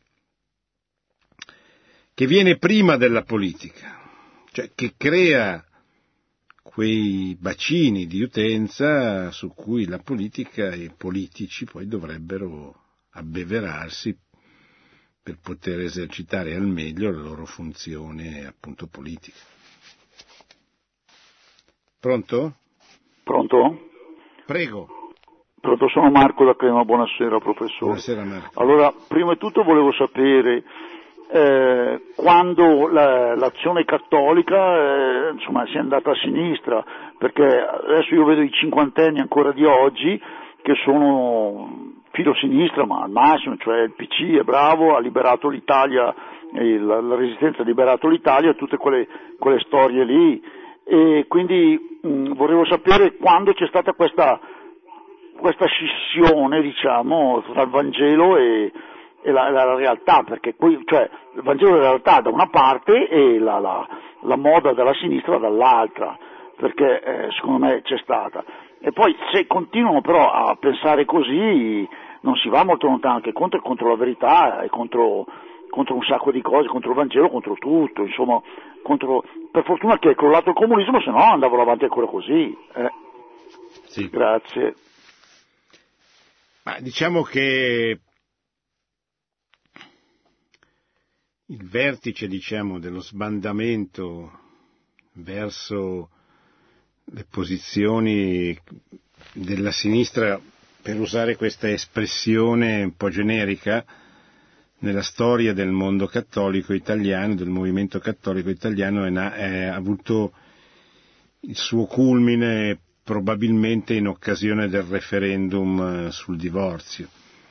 S2: che viene prima della politica, cioè che crea quei bacini di utenza su cui la politica e i politici poi dovrebbero abbeverarsi per poter esercitare al meglio la loro funzione appunto politica. Pronto?
S4: Pronto?
S2: Prego.
S4: Pronto, sono Marco da Crema, buonasera professore.
S2: Buonasera Marco.
S4: Allora, prima di tutto volevo sapere quando l'Azione Cattolica insomma si è andata a sinistra, perché adesso io vedo i cinquantenni ancora di oggi che sono filo sinistra, ma al massimo, cioè il PC è bravo, ha liberato l'Italia, la Resistenza ha liberato l'Italia, tutte quelle storie lì, e quindi volevo sapere quando c'è stata questa scissione, diciamo, tra il Vangelo e la realtà, perché poi, cioè, il Vangelo e la realtà da una parte e la moda della sinistra dall'altra, perché secondo me c'è stata. E poi se continuano però a pensare così non si va molto lontano, che contro la verità e contro un sacco di cose, contro il Vangelo, contro tutto, insomma, per fortuna che è crollato il comunismo, se no andavano avanti ancora così.
S2: Sì.
S4: Grazie.
S2: Ma diciamo che il vertice, diciamo, dello sbandamento verso le posizioni della sinistra, per usare questa espressione un po' generica, nella storia del mondo cattolico italiano, del movimento cattolico italiano, ha avuto il suo culmine probabilmente in occasione del referendum sul divorzio,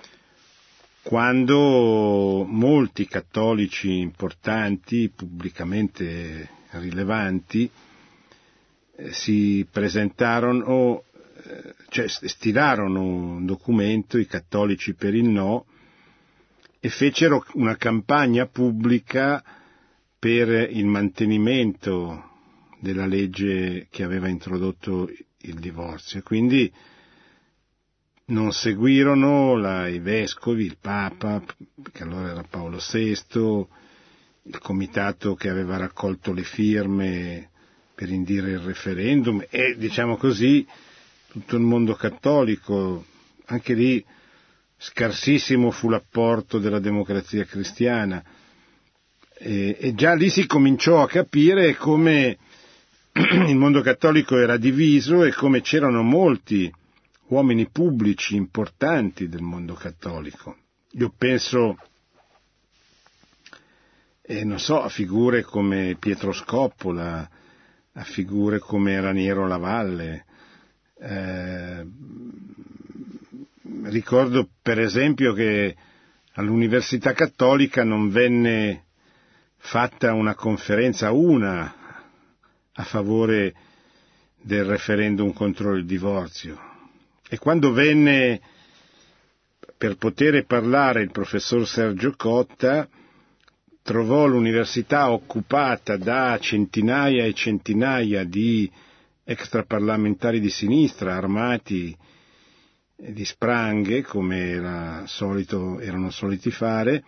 S2: quando molti cattolici importanti, pubblicamente rilevanti, si presentarono, cioè stilarono un documento, i Cattolici per il No, e fecero una campagna pubblica per il mantenimento della legge che aveva introdotto il divorzio. Quindi non seguirono i vescovi, il Papa, che allora era Paolo VI, il comitato che aveva raccolto le firme per indire il referendum, e, diciamo così, tutto il mondo cattolico. Anche lì scarsissimo fu l'apporto della Democrazia Cristiana, e già lì si cominciò a capire come il mondo cattolico era diviso e come c'erano molti uomini pubblici importanti del mondo cattolico. Io penso, a figure come Pietro Scoppola, a figure come Raniero Lavalle. Ricordo per esempio che all'Università Cattolica non venne fatta una conferenza a favore del referendum contro il divorzio, e quando venne per poter parlare il professor Sergio Cotta, trovò l'università occupata da centinaia e centinaia di extraparlamentari di sinistra armati di spranghe, come erano soliti fare,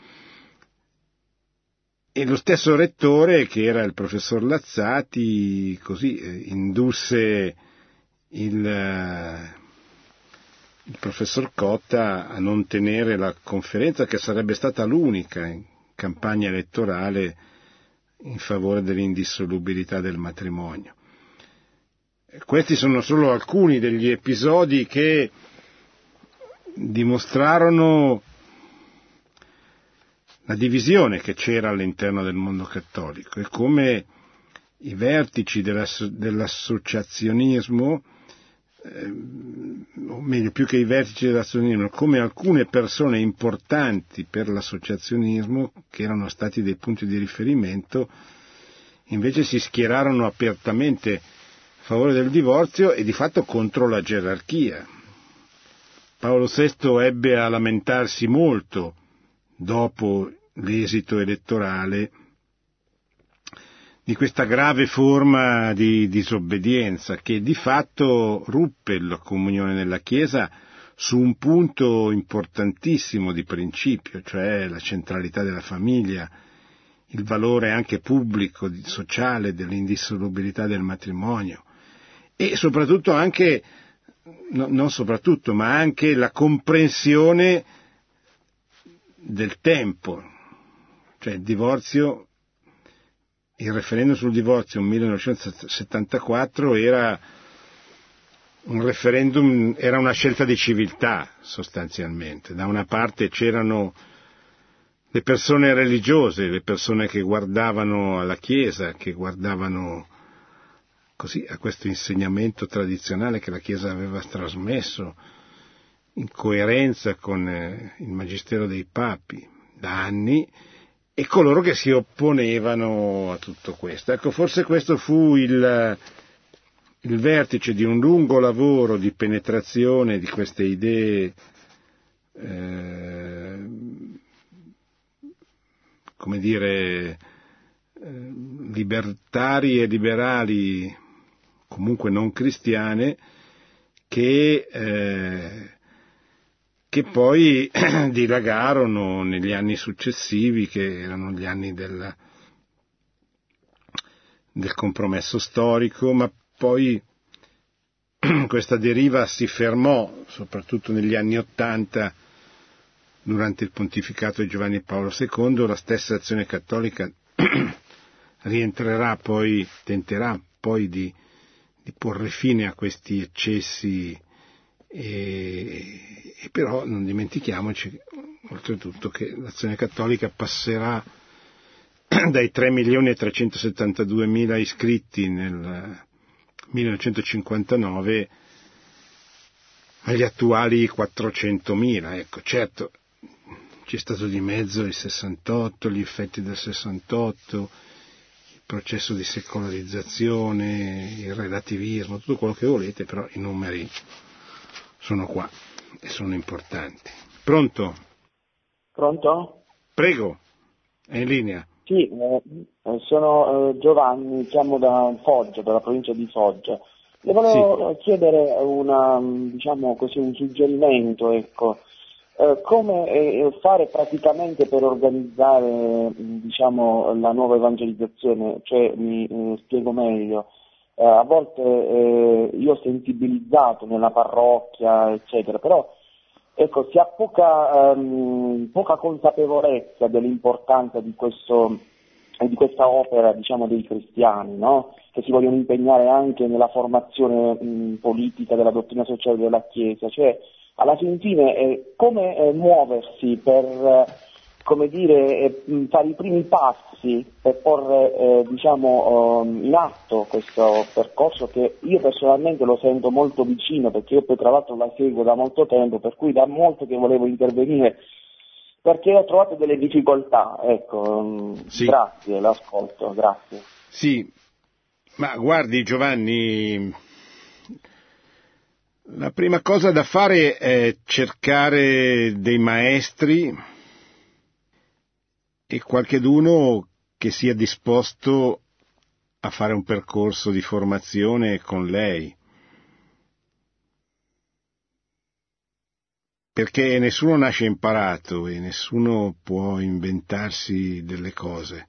S2: e lo stesso rettore, che era il professor Lazzati, così indusse il professor Cotta a non tenere la conferenza, che sarebbe stata l'unica in campagna elettorale in favore dell'indissolubilità del matrimonio. Questi sono solo alcuni degli episodi che dimostrarono la divisione che c'era all'interno del mondo cattolico e come i vertici dell'associazionismo, o meglio, più che i vertici dell'associazionismo, come alcune persone importanti per l'associazionismo, che erano stati dei punti di riferimento, invece si schierarono apertamente a favore del divorzio e di fatto contro la gerarchia. Paolo VI ebbe a lamentarsi molto dopo l'esito elettorale di questa grave forma di disobbedienza che di fatto ruppe la comunione nella Chiesa su un punto importantissimo di principio, cioè la centralità della famiglia, il valore anche pubblico, sociale dell'indissolubilità del matrimonio e soprattutto anche, non soprattutto, ma anche la comprensione del tempo, cioè il referendum sul divorzio nel 1974 era un referendum, era una scelta di civiltà sostanzialmente. Da una parte c'erano le persone religiose, le persone che guardavano alla Chiesa, che guardavano così a questo insegnamento tradizionale che la Chiesa aveva trasmesso, in coerenza con il magistero dei papi da anni, e coloro che si opponevano a tutto questo. Ecco, forse questo fu il vertice di un lungo lavoro di penetrazione di queste idee, come dire, libertarie e liberali, comunque non cristiane, che poi dilagarono negli anni successivi, che erano gli anni del compromesso storico, ma poi questa deriva si fermò soprattutto negli anni '80 durante il pontificato di Giovanni Paolo II. La stessa Azione Cattolica rientrerà poi, tenterà poi di porre fine a questi eccessi, e però non dimentichiamoci oltretutto che l'Azione Cattolica passerà dai 3.372.000 iscritti nel 1959 agli attuali 400.000. Ecco, certo, c'è stato di mezzo il 68, gli effetti del 68, il processo di secolarizzazione, il relativismo, tutto quello che volete, però i numeri sono qua e sono importanti. Pronto?
S5: Pronto?
S2: Prego, è in linea.
S5: Sì, sono Giovanni, chiamo da Foggia, dalla provincia di Foggia. Le volevo chiedere un suggerimento, ecco. Come fare praticamente per organizzare, la nuova evangelizzazione? Cioè, mi spiego meglio. A volte io ho sensibilizzato nella parrocchia, eccetera, però ecco, si ha poca consapevolezza dell'importanza di questa opera, dei cristiani, no? Che si vogliono impegnare anche nella formazione politica della dottrina sociale della Chiesa, cioè alla fine come muoversi per fare i primi passi per porre in atto questo percorso, che io personalmente lo sento molto vicino, perché io poi tra l'altro la seguo da molto tempo, per cui da molto che volevo intervenire, perché ho trovato delle difficoltà. Ecco,
S2: sì.
S5: Grazie, l'ascolto, grazie.
S2: Sì, ma guardi Giovanni, la prima cosa da fare è cercare dei maestri e qualcheduno che sia disposto a fare un percorso di formazione con lei, perché nessuno nasce imparato e nessuno può inventarsi delle cose.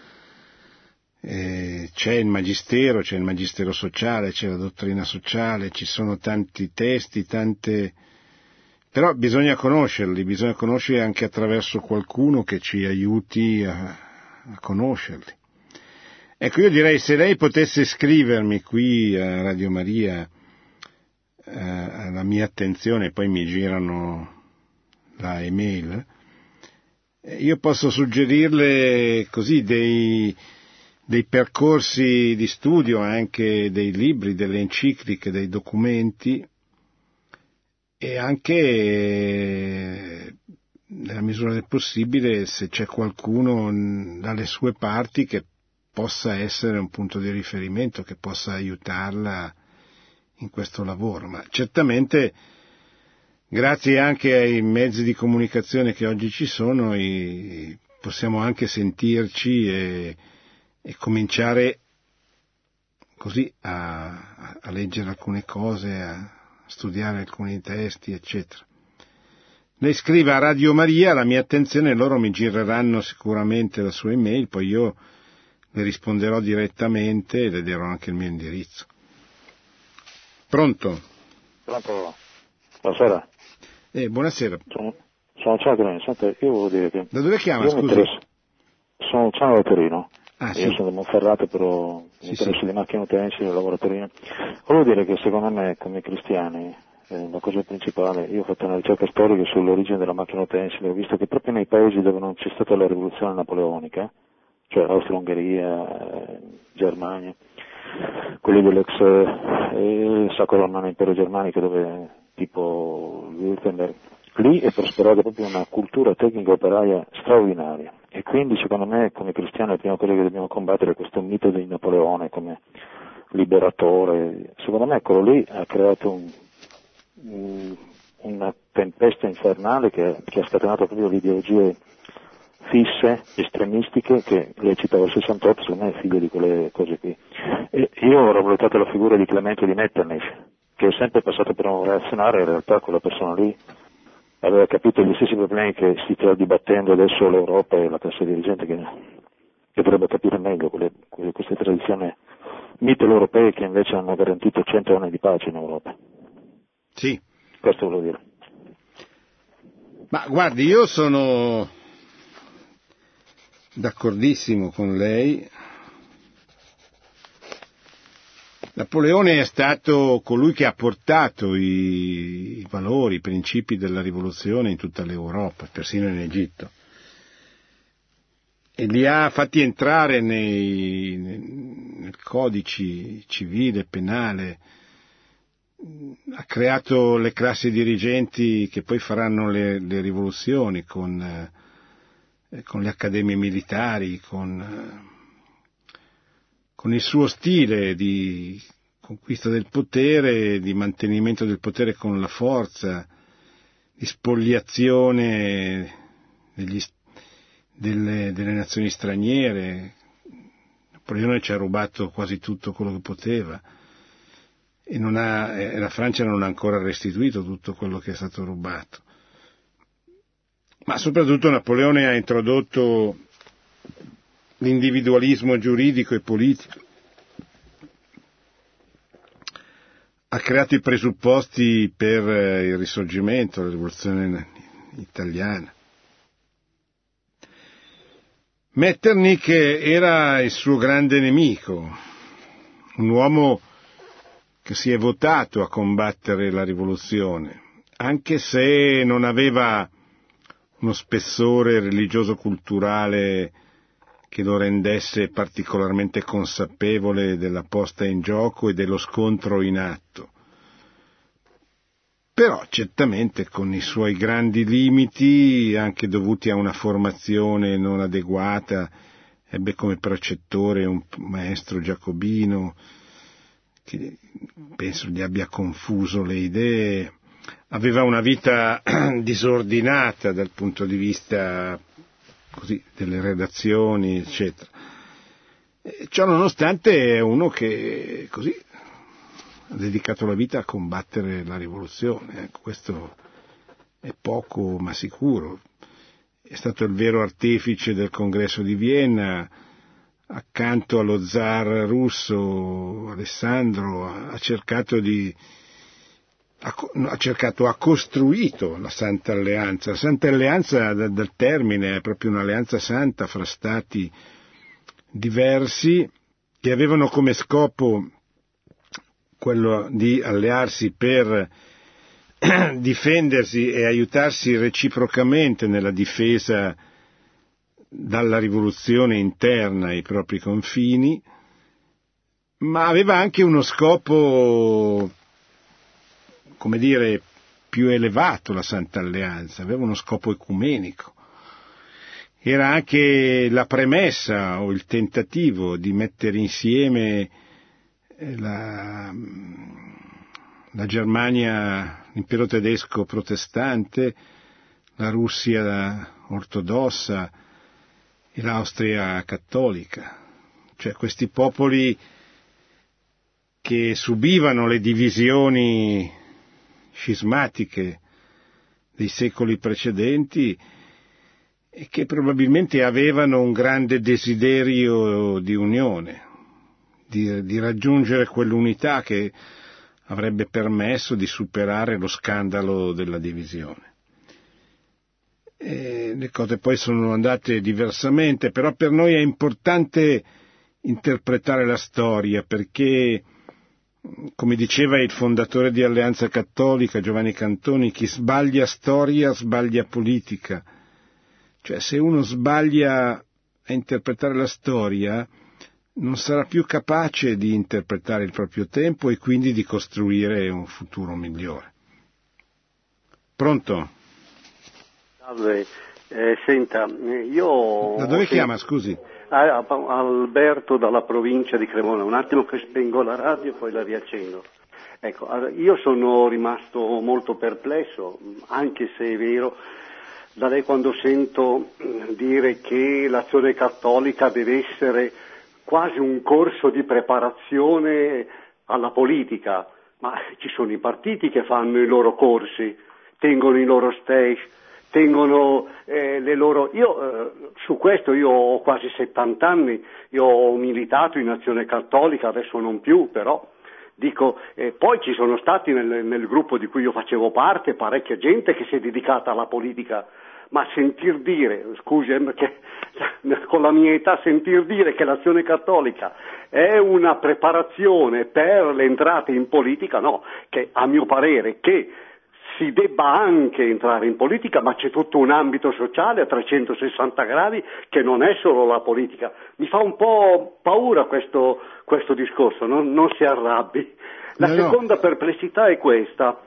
S2: C'è il magistero sociale, c'è la dottrina sociale, ci sono tanti testi, però bisogna conoscerli anche attraverso qualcuno che ci aiuti a conoscerli. Ecco, io direi, se lei potesse scrivermi qui a Radio Maria alla mia attenzione, poi mi girano la email, io posso suggerirle così dei percorsi di studio, anche dei libri, delle encicliche, dei documenti, e anche, nella misura del possibile, se c'è qualcuno dalle sue parti che possa essere un punto di riferimento, che possa aiutarla in questo lavoro. Ma certamente, grazie anche ai mezzi di comunicazione che oggi ci sono, possiamo anche sentirci e cominciare così a leggere alcune cose, a studiare alcuni testi, eccetera. Lei scrive a Radio Maria, la mia attenzione, loro mi gireranno sicuramente la sua email, poi io le risponderò direttamente e le darò anche il mio indirizzo. Pronto?
S6: Pronto? Buonasera.
S2: Buonasera.
S6: Sono Ciano, senta, io volevo dire che...
S2: Da dove chiama, scusi?
S6: Sono Ciano da Torino.
S2: Sì.
S6: Io sono da Monferrato, però mi interesso di macchine utensili, lavoro a Torino. Volevo dire che secondo me, come cristiani, la cosa principale, io ho fatto una ricerca storica sull'origine della macchina utensile, ho visto che proprio nei paesi dove non c'è stata la rivoluzione napoleonica, cioè Austria-Ungheria, Germania, quelli dell'ex Sacro Romano Impero Germanico, dove tipo Württemberg, lì è prosperata proprio una cultura tecnica operaia straordinaria, e quindi secondo me come cristiani la prima cosa che dobbiamo combattere è questo mito di Napoleone come liberatore. Secondo me quello lì ha creato una tempesta infernale che ha scatenato proprio le ideologie fisse, estremistiche, che lei citava il 68, secondo me è figlio di quelle cose qui. E io ho valutato la figura di Clemente di Metternich, che è sempre passato per un reazionario, in realtà quella persona lì aveva capito gli stessi problemi che si sta dibattendo adesso l'Europa e la classe dirigente, che dovrebbe capire meglio queste tradizioni mitteleuropee che invece hanno garantito 100 anni di pace in Europa.
S2: Sì.
S6: Questo volevo dire.
S2: Ma guardi, io sono d'accordissimo con lei. Napoleone è stato colui che ha portato i valori, i principi della rivoluzione in tutta l'Europa, persino in Egitto, e li ha fatti entrare nel codice civile, penale, ha creato le classi dirigenti che poi faranno le rivoluzioni con le accademie militari, con il suo stile di conquista del potere, di mantenimento del potere con la forza, di spoliazione delle nazioni straniere. Napoleone ci ha rubato quasi tutto quello che poteva e la Francia non ha ancora restituito tutto quello che è stato rubato. Ma soprattutto Napoleone ha introdotto l'individualismo giuridico e politico, ha creato i presupposti per il risorgimento, la rivoluzione italiana. Metternich era il suo grande nemico, un uomo che si è votato a combattere la rivoluzione, anche se non aveva uno spessore religioso-culturale che lo rendesse particolarmente consapevole della posta in gioco e dello scontro in atto. Però certamente con i suoi grandi limiti, anche dovuti a una formazione non adeguata, ebbe come precettore un maestro giacobino che penso gli abbia confuso le idee, aveva una vita disordinata dal punto di vista così delle redazioni, eccetera. Ciò nonostante è uno che così ha dedicato la vita a combattere la rivoluzione. Ecco, questo è poco ma sicuro. È stato il vero artefice del congresso di Vienna, accanto allo zar russo Alessandro, ha costruito la Santa Alleanza. La Santa Alleanza dal termine è proprio un'alleanza santa fra stati diversi che avevano come scopo quello di allearsi per difendersi e aiutarsi reciprocamente nella difesa dalla rivoluzione interna ai propri confini, ma aveva anche uno scopo, come dire, più elevato. La Santa Alleanza aveva uno scopo ecumenico, era anche la premessa o il tentativo di mettere insieme la Germania, l'impero tedesco protestante, la Russia ortodossa e l'Austria cattolica, cioè questi popoli che subivano le divisioni scismatiche dei secoli precedenti e che probabilmente avevano un grande desiderio di unione, di raggiungere quell'unità che avrebbe permesso di superare lo scandalo della divisione. Le cose poi sono andate diversamente, però per noi è importante interpretare la storia, perché, come diceva il fondatore di Alleanza Cattolica, Giovanni Cantoni, chi sbaglia storia sbaglia politica. Cioè, se uno sbaglia a interpretare la storia, non sarà più capace di interpretare il proprio tempo e quindi di costruire un futuro migliore. Pronto?
S7: Salve, senta, io...
S2: Da dove chiama, scusi?
S7: Alberto dalla provincia di Cremona, un attimo che spengo la radio e poi la riaccendo. Ecco, io sono rimasto molto perplesso, anche se è vero, da lei quando sento dire che l'Azione Cattolica deve essere quasi un corso di preparazione alla politica, ma ci sono i partiti che fanno i loro corsi, tengono i loro stage, tengono le loro... su questo io ho quasi 70 anni, io ho militato in Azione Cattolica, adesso non più, però dico, poi ci sono stati nel gruppo di cui io facevo parte parecchia gente che si è dedicata alla politica, ma sentir dire, scusi, perché con la mia età sentir dire che l'Azione Cattolica è una preparazione per l'entrata in politica, no, che a mio parere che si debba anche entrare in politica, ma c'è tutto un ambito sociale a 360 gradi che non è solo la politica. Mi fa un po' paura questo discorso, non si arrabbi. La seconda perplessità è questa.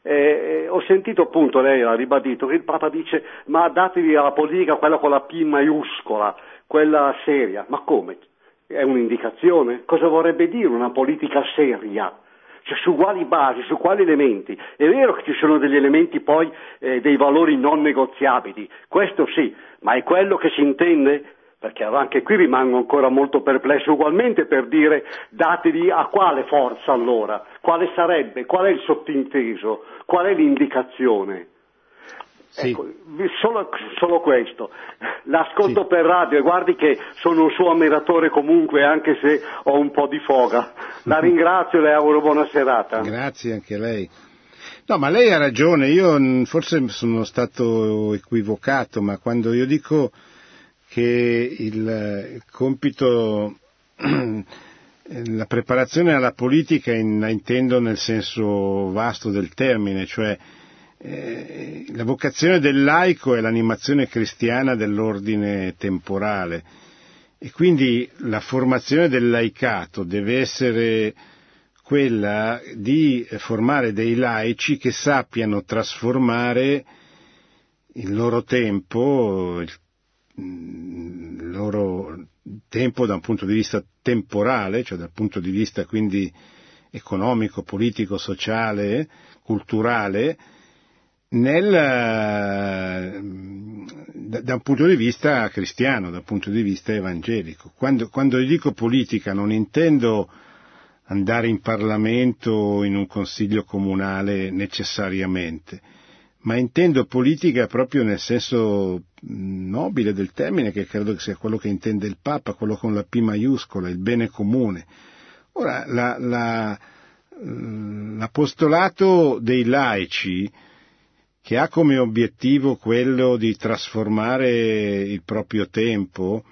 S7: Ho sentito appunto, lei ha ribadito, che il Papa dice ma datevi alla politica quella con la P maiuscola, quella seria. Ma come? È un'indicazione? Cosa vorrebbe dire una politica seria? Cioè, su quali basi, su quali elementi? È vero che ci sono degli elementi poi, dei valori non negoziabili, questo sì, ma è quello che si intende? Perché anche qui rimango ancora molto perplesso ugualmente per dire datevi a quale forza allora? Quale sarebbe? Qual è il sottinteso? Qual è l'indicazione? Sì. Ecco, solo questo. L'ascolto per radio e guardi che sono un suo ammiratore comunque, anche se ho un po' di foga. La ringrazio e le auguro buona serata.
S2: Grazie anche a lei. No, ma lei ha ragione, io forse sono stato equivocato, ma quando io dico che il compito, la preparazione alla politica la intendo nel senso vasto del termine, cioè la vocazione del laico è l'animazione cristiana dell'ordine temporale e quindi la formazione del laicato deve essere quella di formare dei laici che sappiano trasformare il loro tempo, il loro tempo da un punto di vista temporale, cioè dal punto di vista quindi economico, politico, sociale, culturale, da un punto di vista cristiano, da un punto di vista evangelico. Quando io dico politica non intendo andare in Parlamento o in un consiglio comunale necessariamente, ma intendo politica proprio nel senso nobile del termine, che credo che sia quello che intende il Papa, quello con la P maiuscola, il bene comune. Ora, l'apostolato dei laici, che ha come obiettivo quello di trasformare il proprio tempo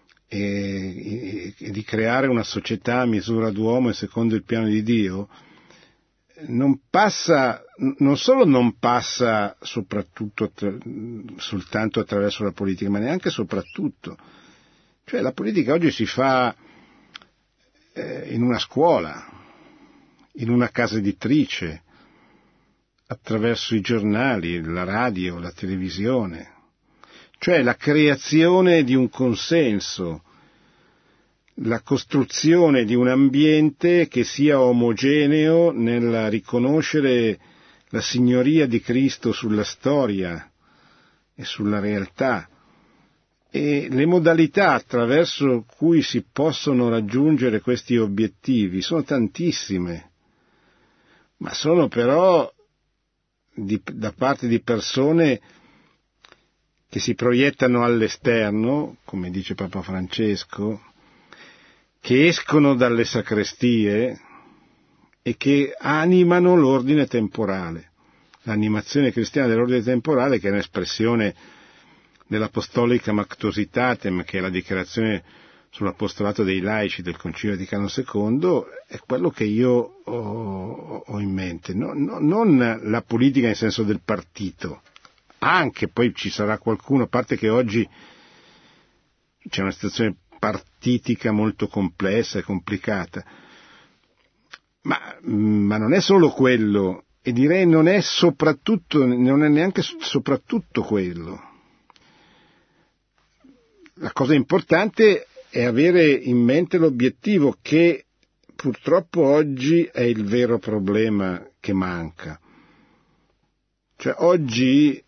S2: e di creare una società a misura d'uomo e secondo il piano di Dio, non solo non passa soprattutto soltanto attraverso la politica, ma neanche soprattutto. Cioè la politica oggi si fa in una scuola, in una casa editrice, attraverso i giornali, la radio, la televisione, cioè la creazione di un consenso, la costruzione di un ambiente che sia omogeneo nel riconoscere la signoria di Cristo sulla storia e sulla realtà, e le modalità attraverso cui si possono raggiungere questi obiettivi sono tantissime, ma sono però da parte di persone che si proiettano all'esterno, come dice Papa Francesco, che escono dalle sacrestie e che animano l'ordine temporale, l'animazione cristiana dell'ordine temporale, che è un'espressione dell'Apostolica Mactositatem, che è la dichiarazione sull'apostolato dei laici del Concilio Vaticano II, è quello che io ho in mente, non la politica in senso del partito, anche poi ci sarà qualcuno, a parte che oggi c'è una situazione partitica molto complessa e complicata, ma non è solo quello e direi non è neanche soprattutto quello. La cosa importante è avere in mente l'obiettivo, che purtroppo oggi è il vero problema che manca. Cioè oggi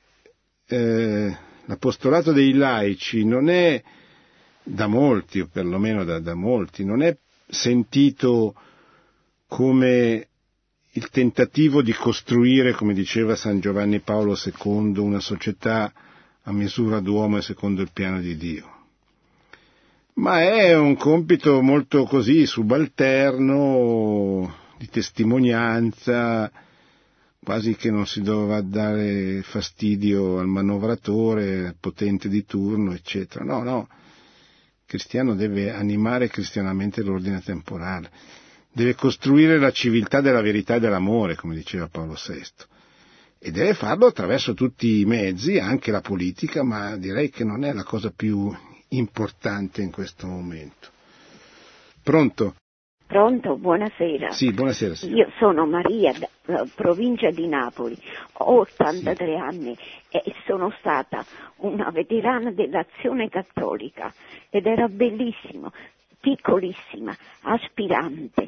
S2: l'apostolato dei laici non è, da molti, o perlomeno da molti, non è sentito come il tentativo di costruire, come diceva San Giovanni Paolo II, una società a misura d'uomo e secondo il piano di Dio. Ma è un compito molto così subalterno, di testimonianza, quasi che non si doveva dare fastidio al manovratore, al potente di turno, eccetera. No, il cristiano deve animare cristianamente l'ordine temporale, deve costruire la civiltà della verità e dell'amore, come diceva Paolo VI, e deve farlo attraverso tutti i mezzi, anche la politica, ma direi che non è la cosa più importante in questo momento. Pronto?
S8: Pronto, buonasera.
S2: Sì, buonasera.
S8: Io sono Maria, provincia di Napoli, ho 83 anni e sono stata una veterana dell'Azione Cattolica ed era bellissimo, piccolissima, aspirante,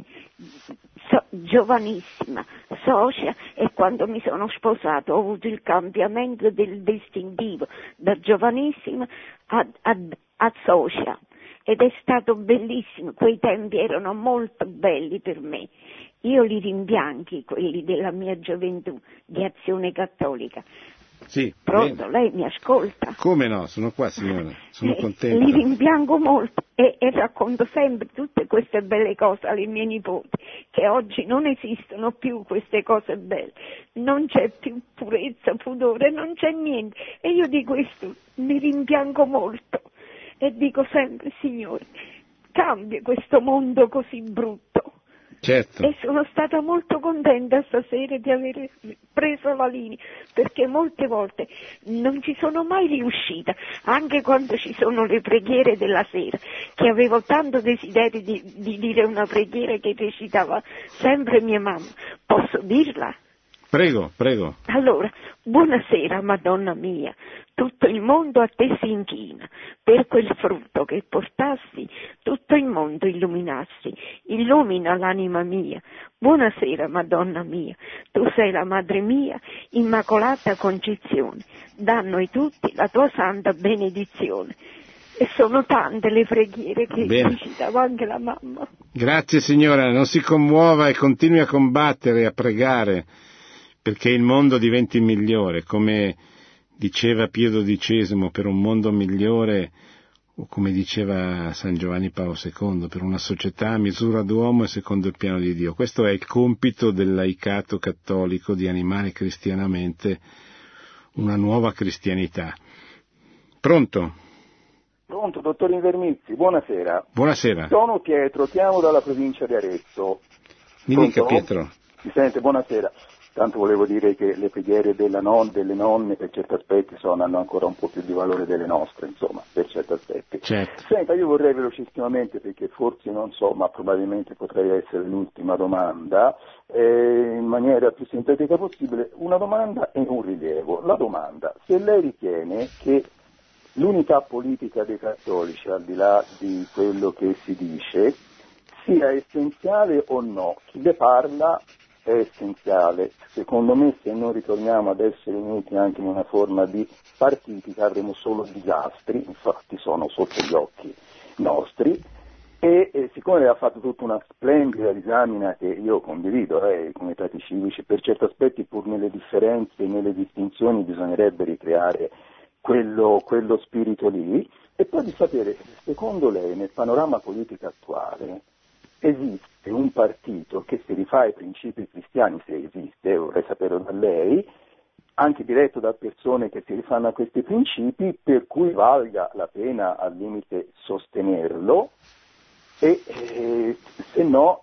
S8: giovanissima, socia, e quando mi sono sposato ho avuto il cambiamento del distintivo da giovanissima a socia. Ed è stato bellissimo, quei tempi erano molto belli per me. Io li rimpianchi, quelli della mia gioventù, di Azione Cattolica.
S2: Sì.
S8: Pronto,
S2: bene.
S8: lei mi ascolta?
S2: Come no, sono qua signora, sono contento.
S8: Li rimpiango molto e racconto sempre tutte queste belle cose alle mie nipoti, che oggi non esistono più queste cose belle, non c'è più purezza, pudore, non c'è niente. E io di questo mi rimpiango molto. E dico sempre, Signore, cambia questo mondo così brutto.
S2: Certo.
S8: E sono stata molto contenta stasera di aver preso la linea, perché molte volte non ci sono mai riuscita, anche quando ci sono le preghiere della sera, che avevo tanto desiderio di dire una preghiera che recitava sempre mia mamma. Posso dirla?
S2: Prego.
S8: Allora, buonasera Madonna mia, tutto il mondo a te si inchina, per quel frutto che portassi, tutto il mondo illuminassi, illumina l'anima mia. Buonasera Madonna mia, tu sei la Madre mia, Immacolata Concezione, da noi tutti la tua santa benedizione. E sono tante le preghiere che recitava anche la mamma.
S2: Grazie signora, non si commuova e continui a combattere, a pregare, perché il mondo diventi migliore, come diceva Pio XII, per un mondo migliore, o come diceva San Giovanni Paolo II, per una società a misura d'uomo e secondo il piano di Dio. Questo è il compito del laicato cattolico, di animare cristianamente una nuova cristianità. Pronto?
S9: Pronto, dottor Invermizzi, buonasera.
S2: Buonasera.
S9: Sono Pietro, chiamo dalla provincia di Arezzo.
S2: Mi dica Pietro.
S9: Mi sente? Buonasera. Tanto volevo dire che le preghiere delle nonne per certi aspetti hanno ancora un po' più di valore delle nostre, insomma, per certi aspetti.
S2: Certo.
S9: Senta, io vorrei velocissimamente, perché forse non so, ma probabilmente potrei essere l'ultima domanda, in maniera più sintetica possibile, una domanda e un rilievo. La domanda, se lei ritiene che l'unità politica dei cattolici, al di là di quello che si dice, sia essenziale o no, chi le parla è essenziale. Secondo me, se noi ritorniamo ad essere uniti anche in una forma di partitica, avremo solo disastri, infatti sono sotto gli occhi nostri, e siccome lei ha fatto tutta una splendida disamina che io condivido, i comitati civici, per certi aspetti, pur nelle differenze e nelle distinzioni, bisognerebbe ricreare quello spirito lì, e poi di sapere, secondo lei, nel panorama politico attuale, esiste un partito che si rifà ai principi cristiani, se esiste, vorrei saperlo da lei, anche diretto da persone che si rifanno a questi principi, per cui valga la pena al limite sostenerlo, e se no,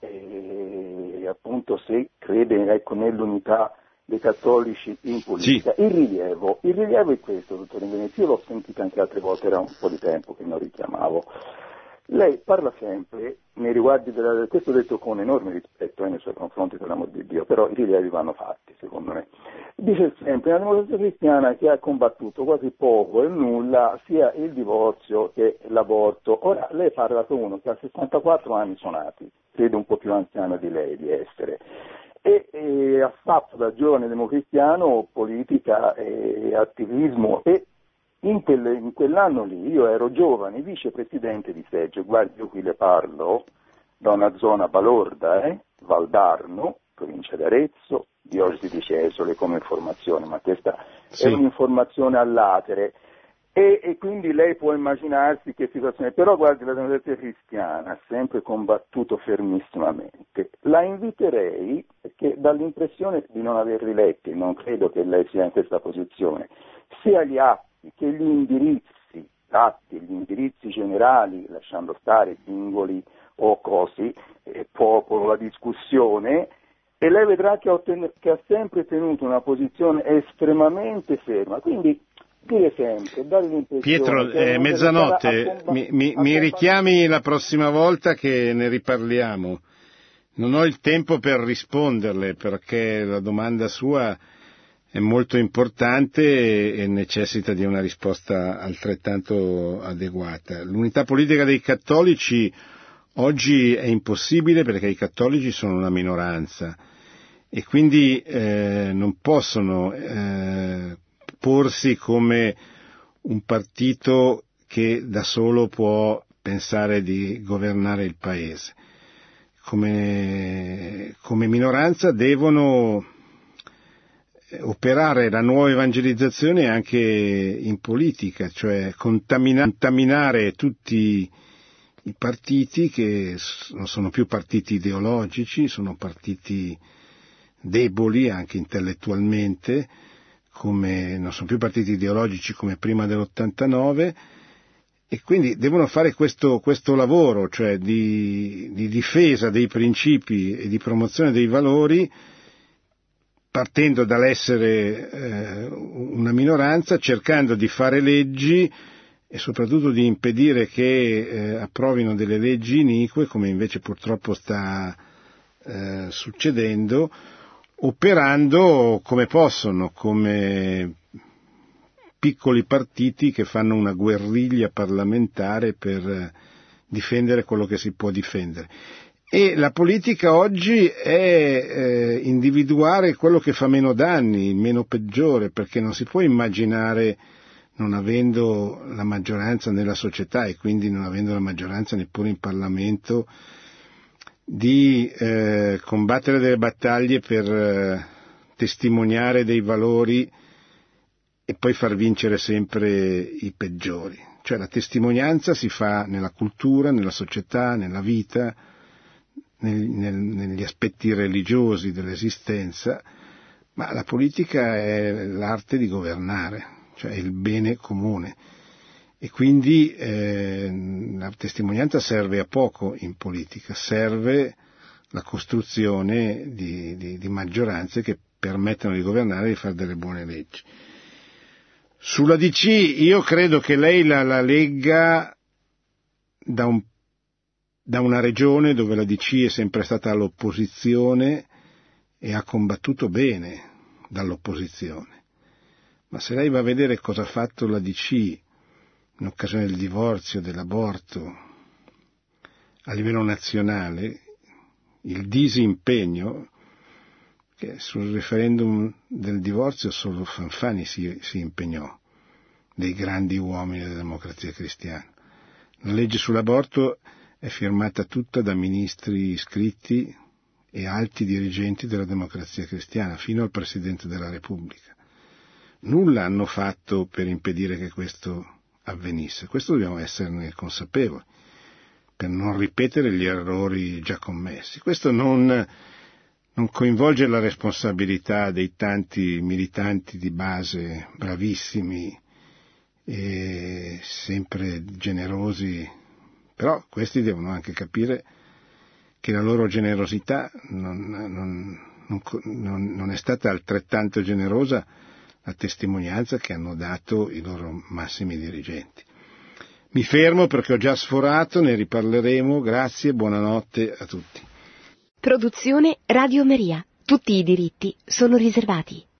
S9: appunto, se crede nell'unità dei cattolici in politica. Sì. Il rilievo è questo, dottor Invermizzi, io l'ho sentito anche altre volte, era un po' di tempo che non richiamavo. Lei parla sempre, nei riguardi questo detto con enorme rispetto nei suoi confronti, per l'amor di Dio, però i rilievi vanno fatti, secondo me. Dice sempre, la Democrazia Cristiana che ha combattuto quasi poco e nulla sia il divorzio che l'aborto. Ora, lei parla con uno che ha 64 anni suonati, credo un po' più anziano di lei di essere, e ha fatto da giovane democristiano politica e attivismo, e in quell'anno lì io ero giovane vicepresidente di Seggio. Guardi, io qui le parlo da una zona balorda, Valdarno, provincia di Arezzo, diocesi di Cesole come informazione, ma questa sì, è un'informazione all'atere. E quindi lei può immaginarsi che situazione, però guardi, la Democrazia Cristiana ha sempre combattuto fermissimamente. La inviterei, perché dà l'impressione di non averli letti, non credo che lei sia in questa posizione, sia gli atti che gli indirizzi generali, lasciando stare singoli o cosi, popolo, la discussione, e lei vedrà che ha sempre tenuto una posizione estremamente ferma. Quindi dire sempre, dare l'impressione...
S2: Pietro, mezzanotte, mi richiami la prossima volta che ne riparliamo. Non ho il tempo per risponderle, perché la domanda sua è molto importante e necessita di una risposta altrettanto adeguata. L'unità politica dei cattolici oggi è impossibile, perché i cattolici sono una minoranza e quindi non possono porsi come un partito che da solo può pensare di governare il paese. Come minoranza devono operare la nuova evangelizzazione anche in politica, cioè contaminare tutti i partiti che non sono più partiti ideologici, sono partiti deboli anche intellettualmente, non sono più partiti ideologici come prima dell'89, e quindi devono fare questo lavoro, cioè di difesa dei principi e di promozione dei valori, partendo dall'essere una minoranza, cercando di fare leggi e soprattutto di impedire che approvino delle leggi inique, come invece purtroppo sta succedendo, operando come possono, come piccoli partiti che fanno una guerriglia parlamentare per difendere quello che si può difendere. E la politica oggi è individuare quello che fa meno danni, il meno peggiore, perché non si può immaginare, non avendo la maggioranza nella società e quindi non avendo la maggioranza neppure in Parlamento, di combattere delle battaglie per testimoniare dei valori e poi far vincere sempre i peggiori. Cioè la testimonianza si fa nella cultura, nella società, nella vita, negli aspetti religiosi dell'esistenza, ma la politica è l'arte di governare, cioè il bene comune, e quindi la testimonianza serve a poco in politica, serve la costruzione di maggioranze che permettano di governare e di fare delle buone leggi. Sulla DC io credo che lei la legga da una regione dove la DC è sempre stata all'opposizione e ha combattuto bene dall'opposizione. Ma se lei va a vedere cosa ha fatto la DC in occasione del divorzio, dell'aborto, a livello nazionale, il disimpegno, che sul referendum del divorzio solo Fanfani si impegnò, dei grandi uomini della Democrazia Cristiana. La legge sull'aborto è firmata tutta da ministri iscritti e alti dirigenti della Democrazia Cristiana, fino al Presidente della Repubblica. Nulla hanno fatto per impedire che questo avvenisse. Questo dobbiamo esserne consapevoli, per non ripetere gli errori già commessi. Questo non coinvolge la responsabilità dei tanti militanti di base bravissimi e sempre generosi, però questi devono anche capire che la loro generosità non è stata altrettanto generosa la testimonianza che hanno dato i loro massimi dirigenti. Mi fermo perché ho già sforato, ne riparleremo. Grazie, buonanotte a tutti.
S1: Produzione Radio Maria. Tutti i diritti sono riservati.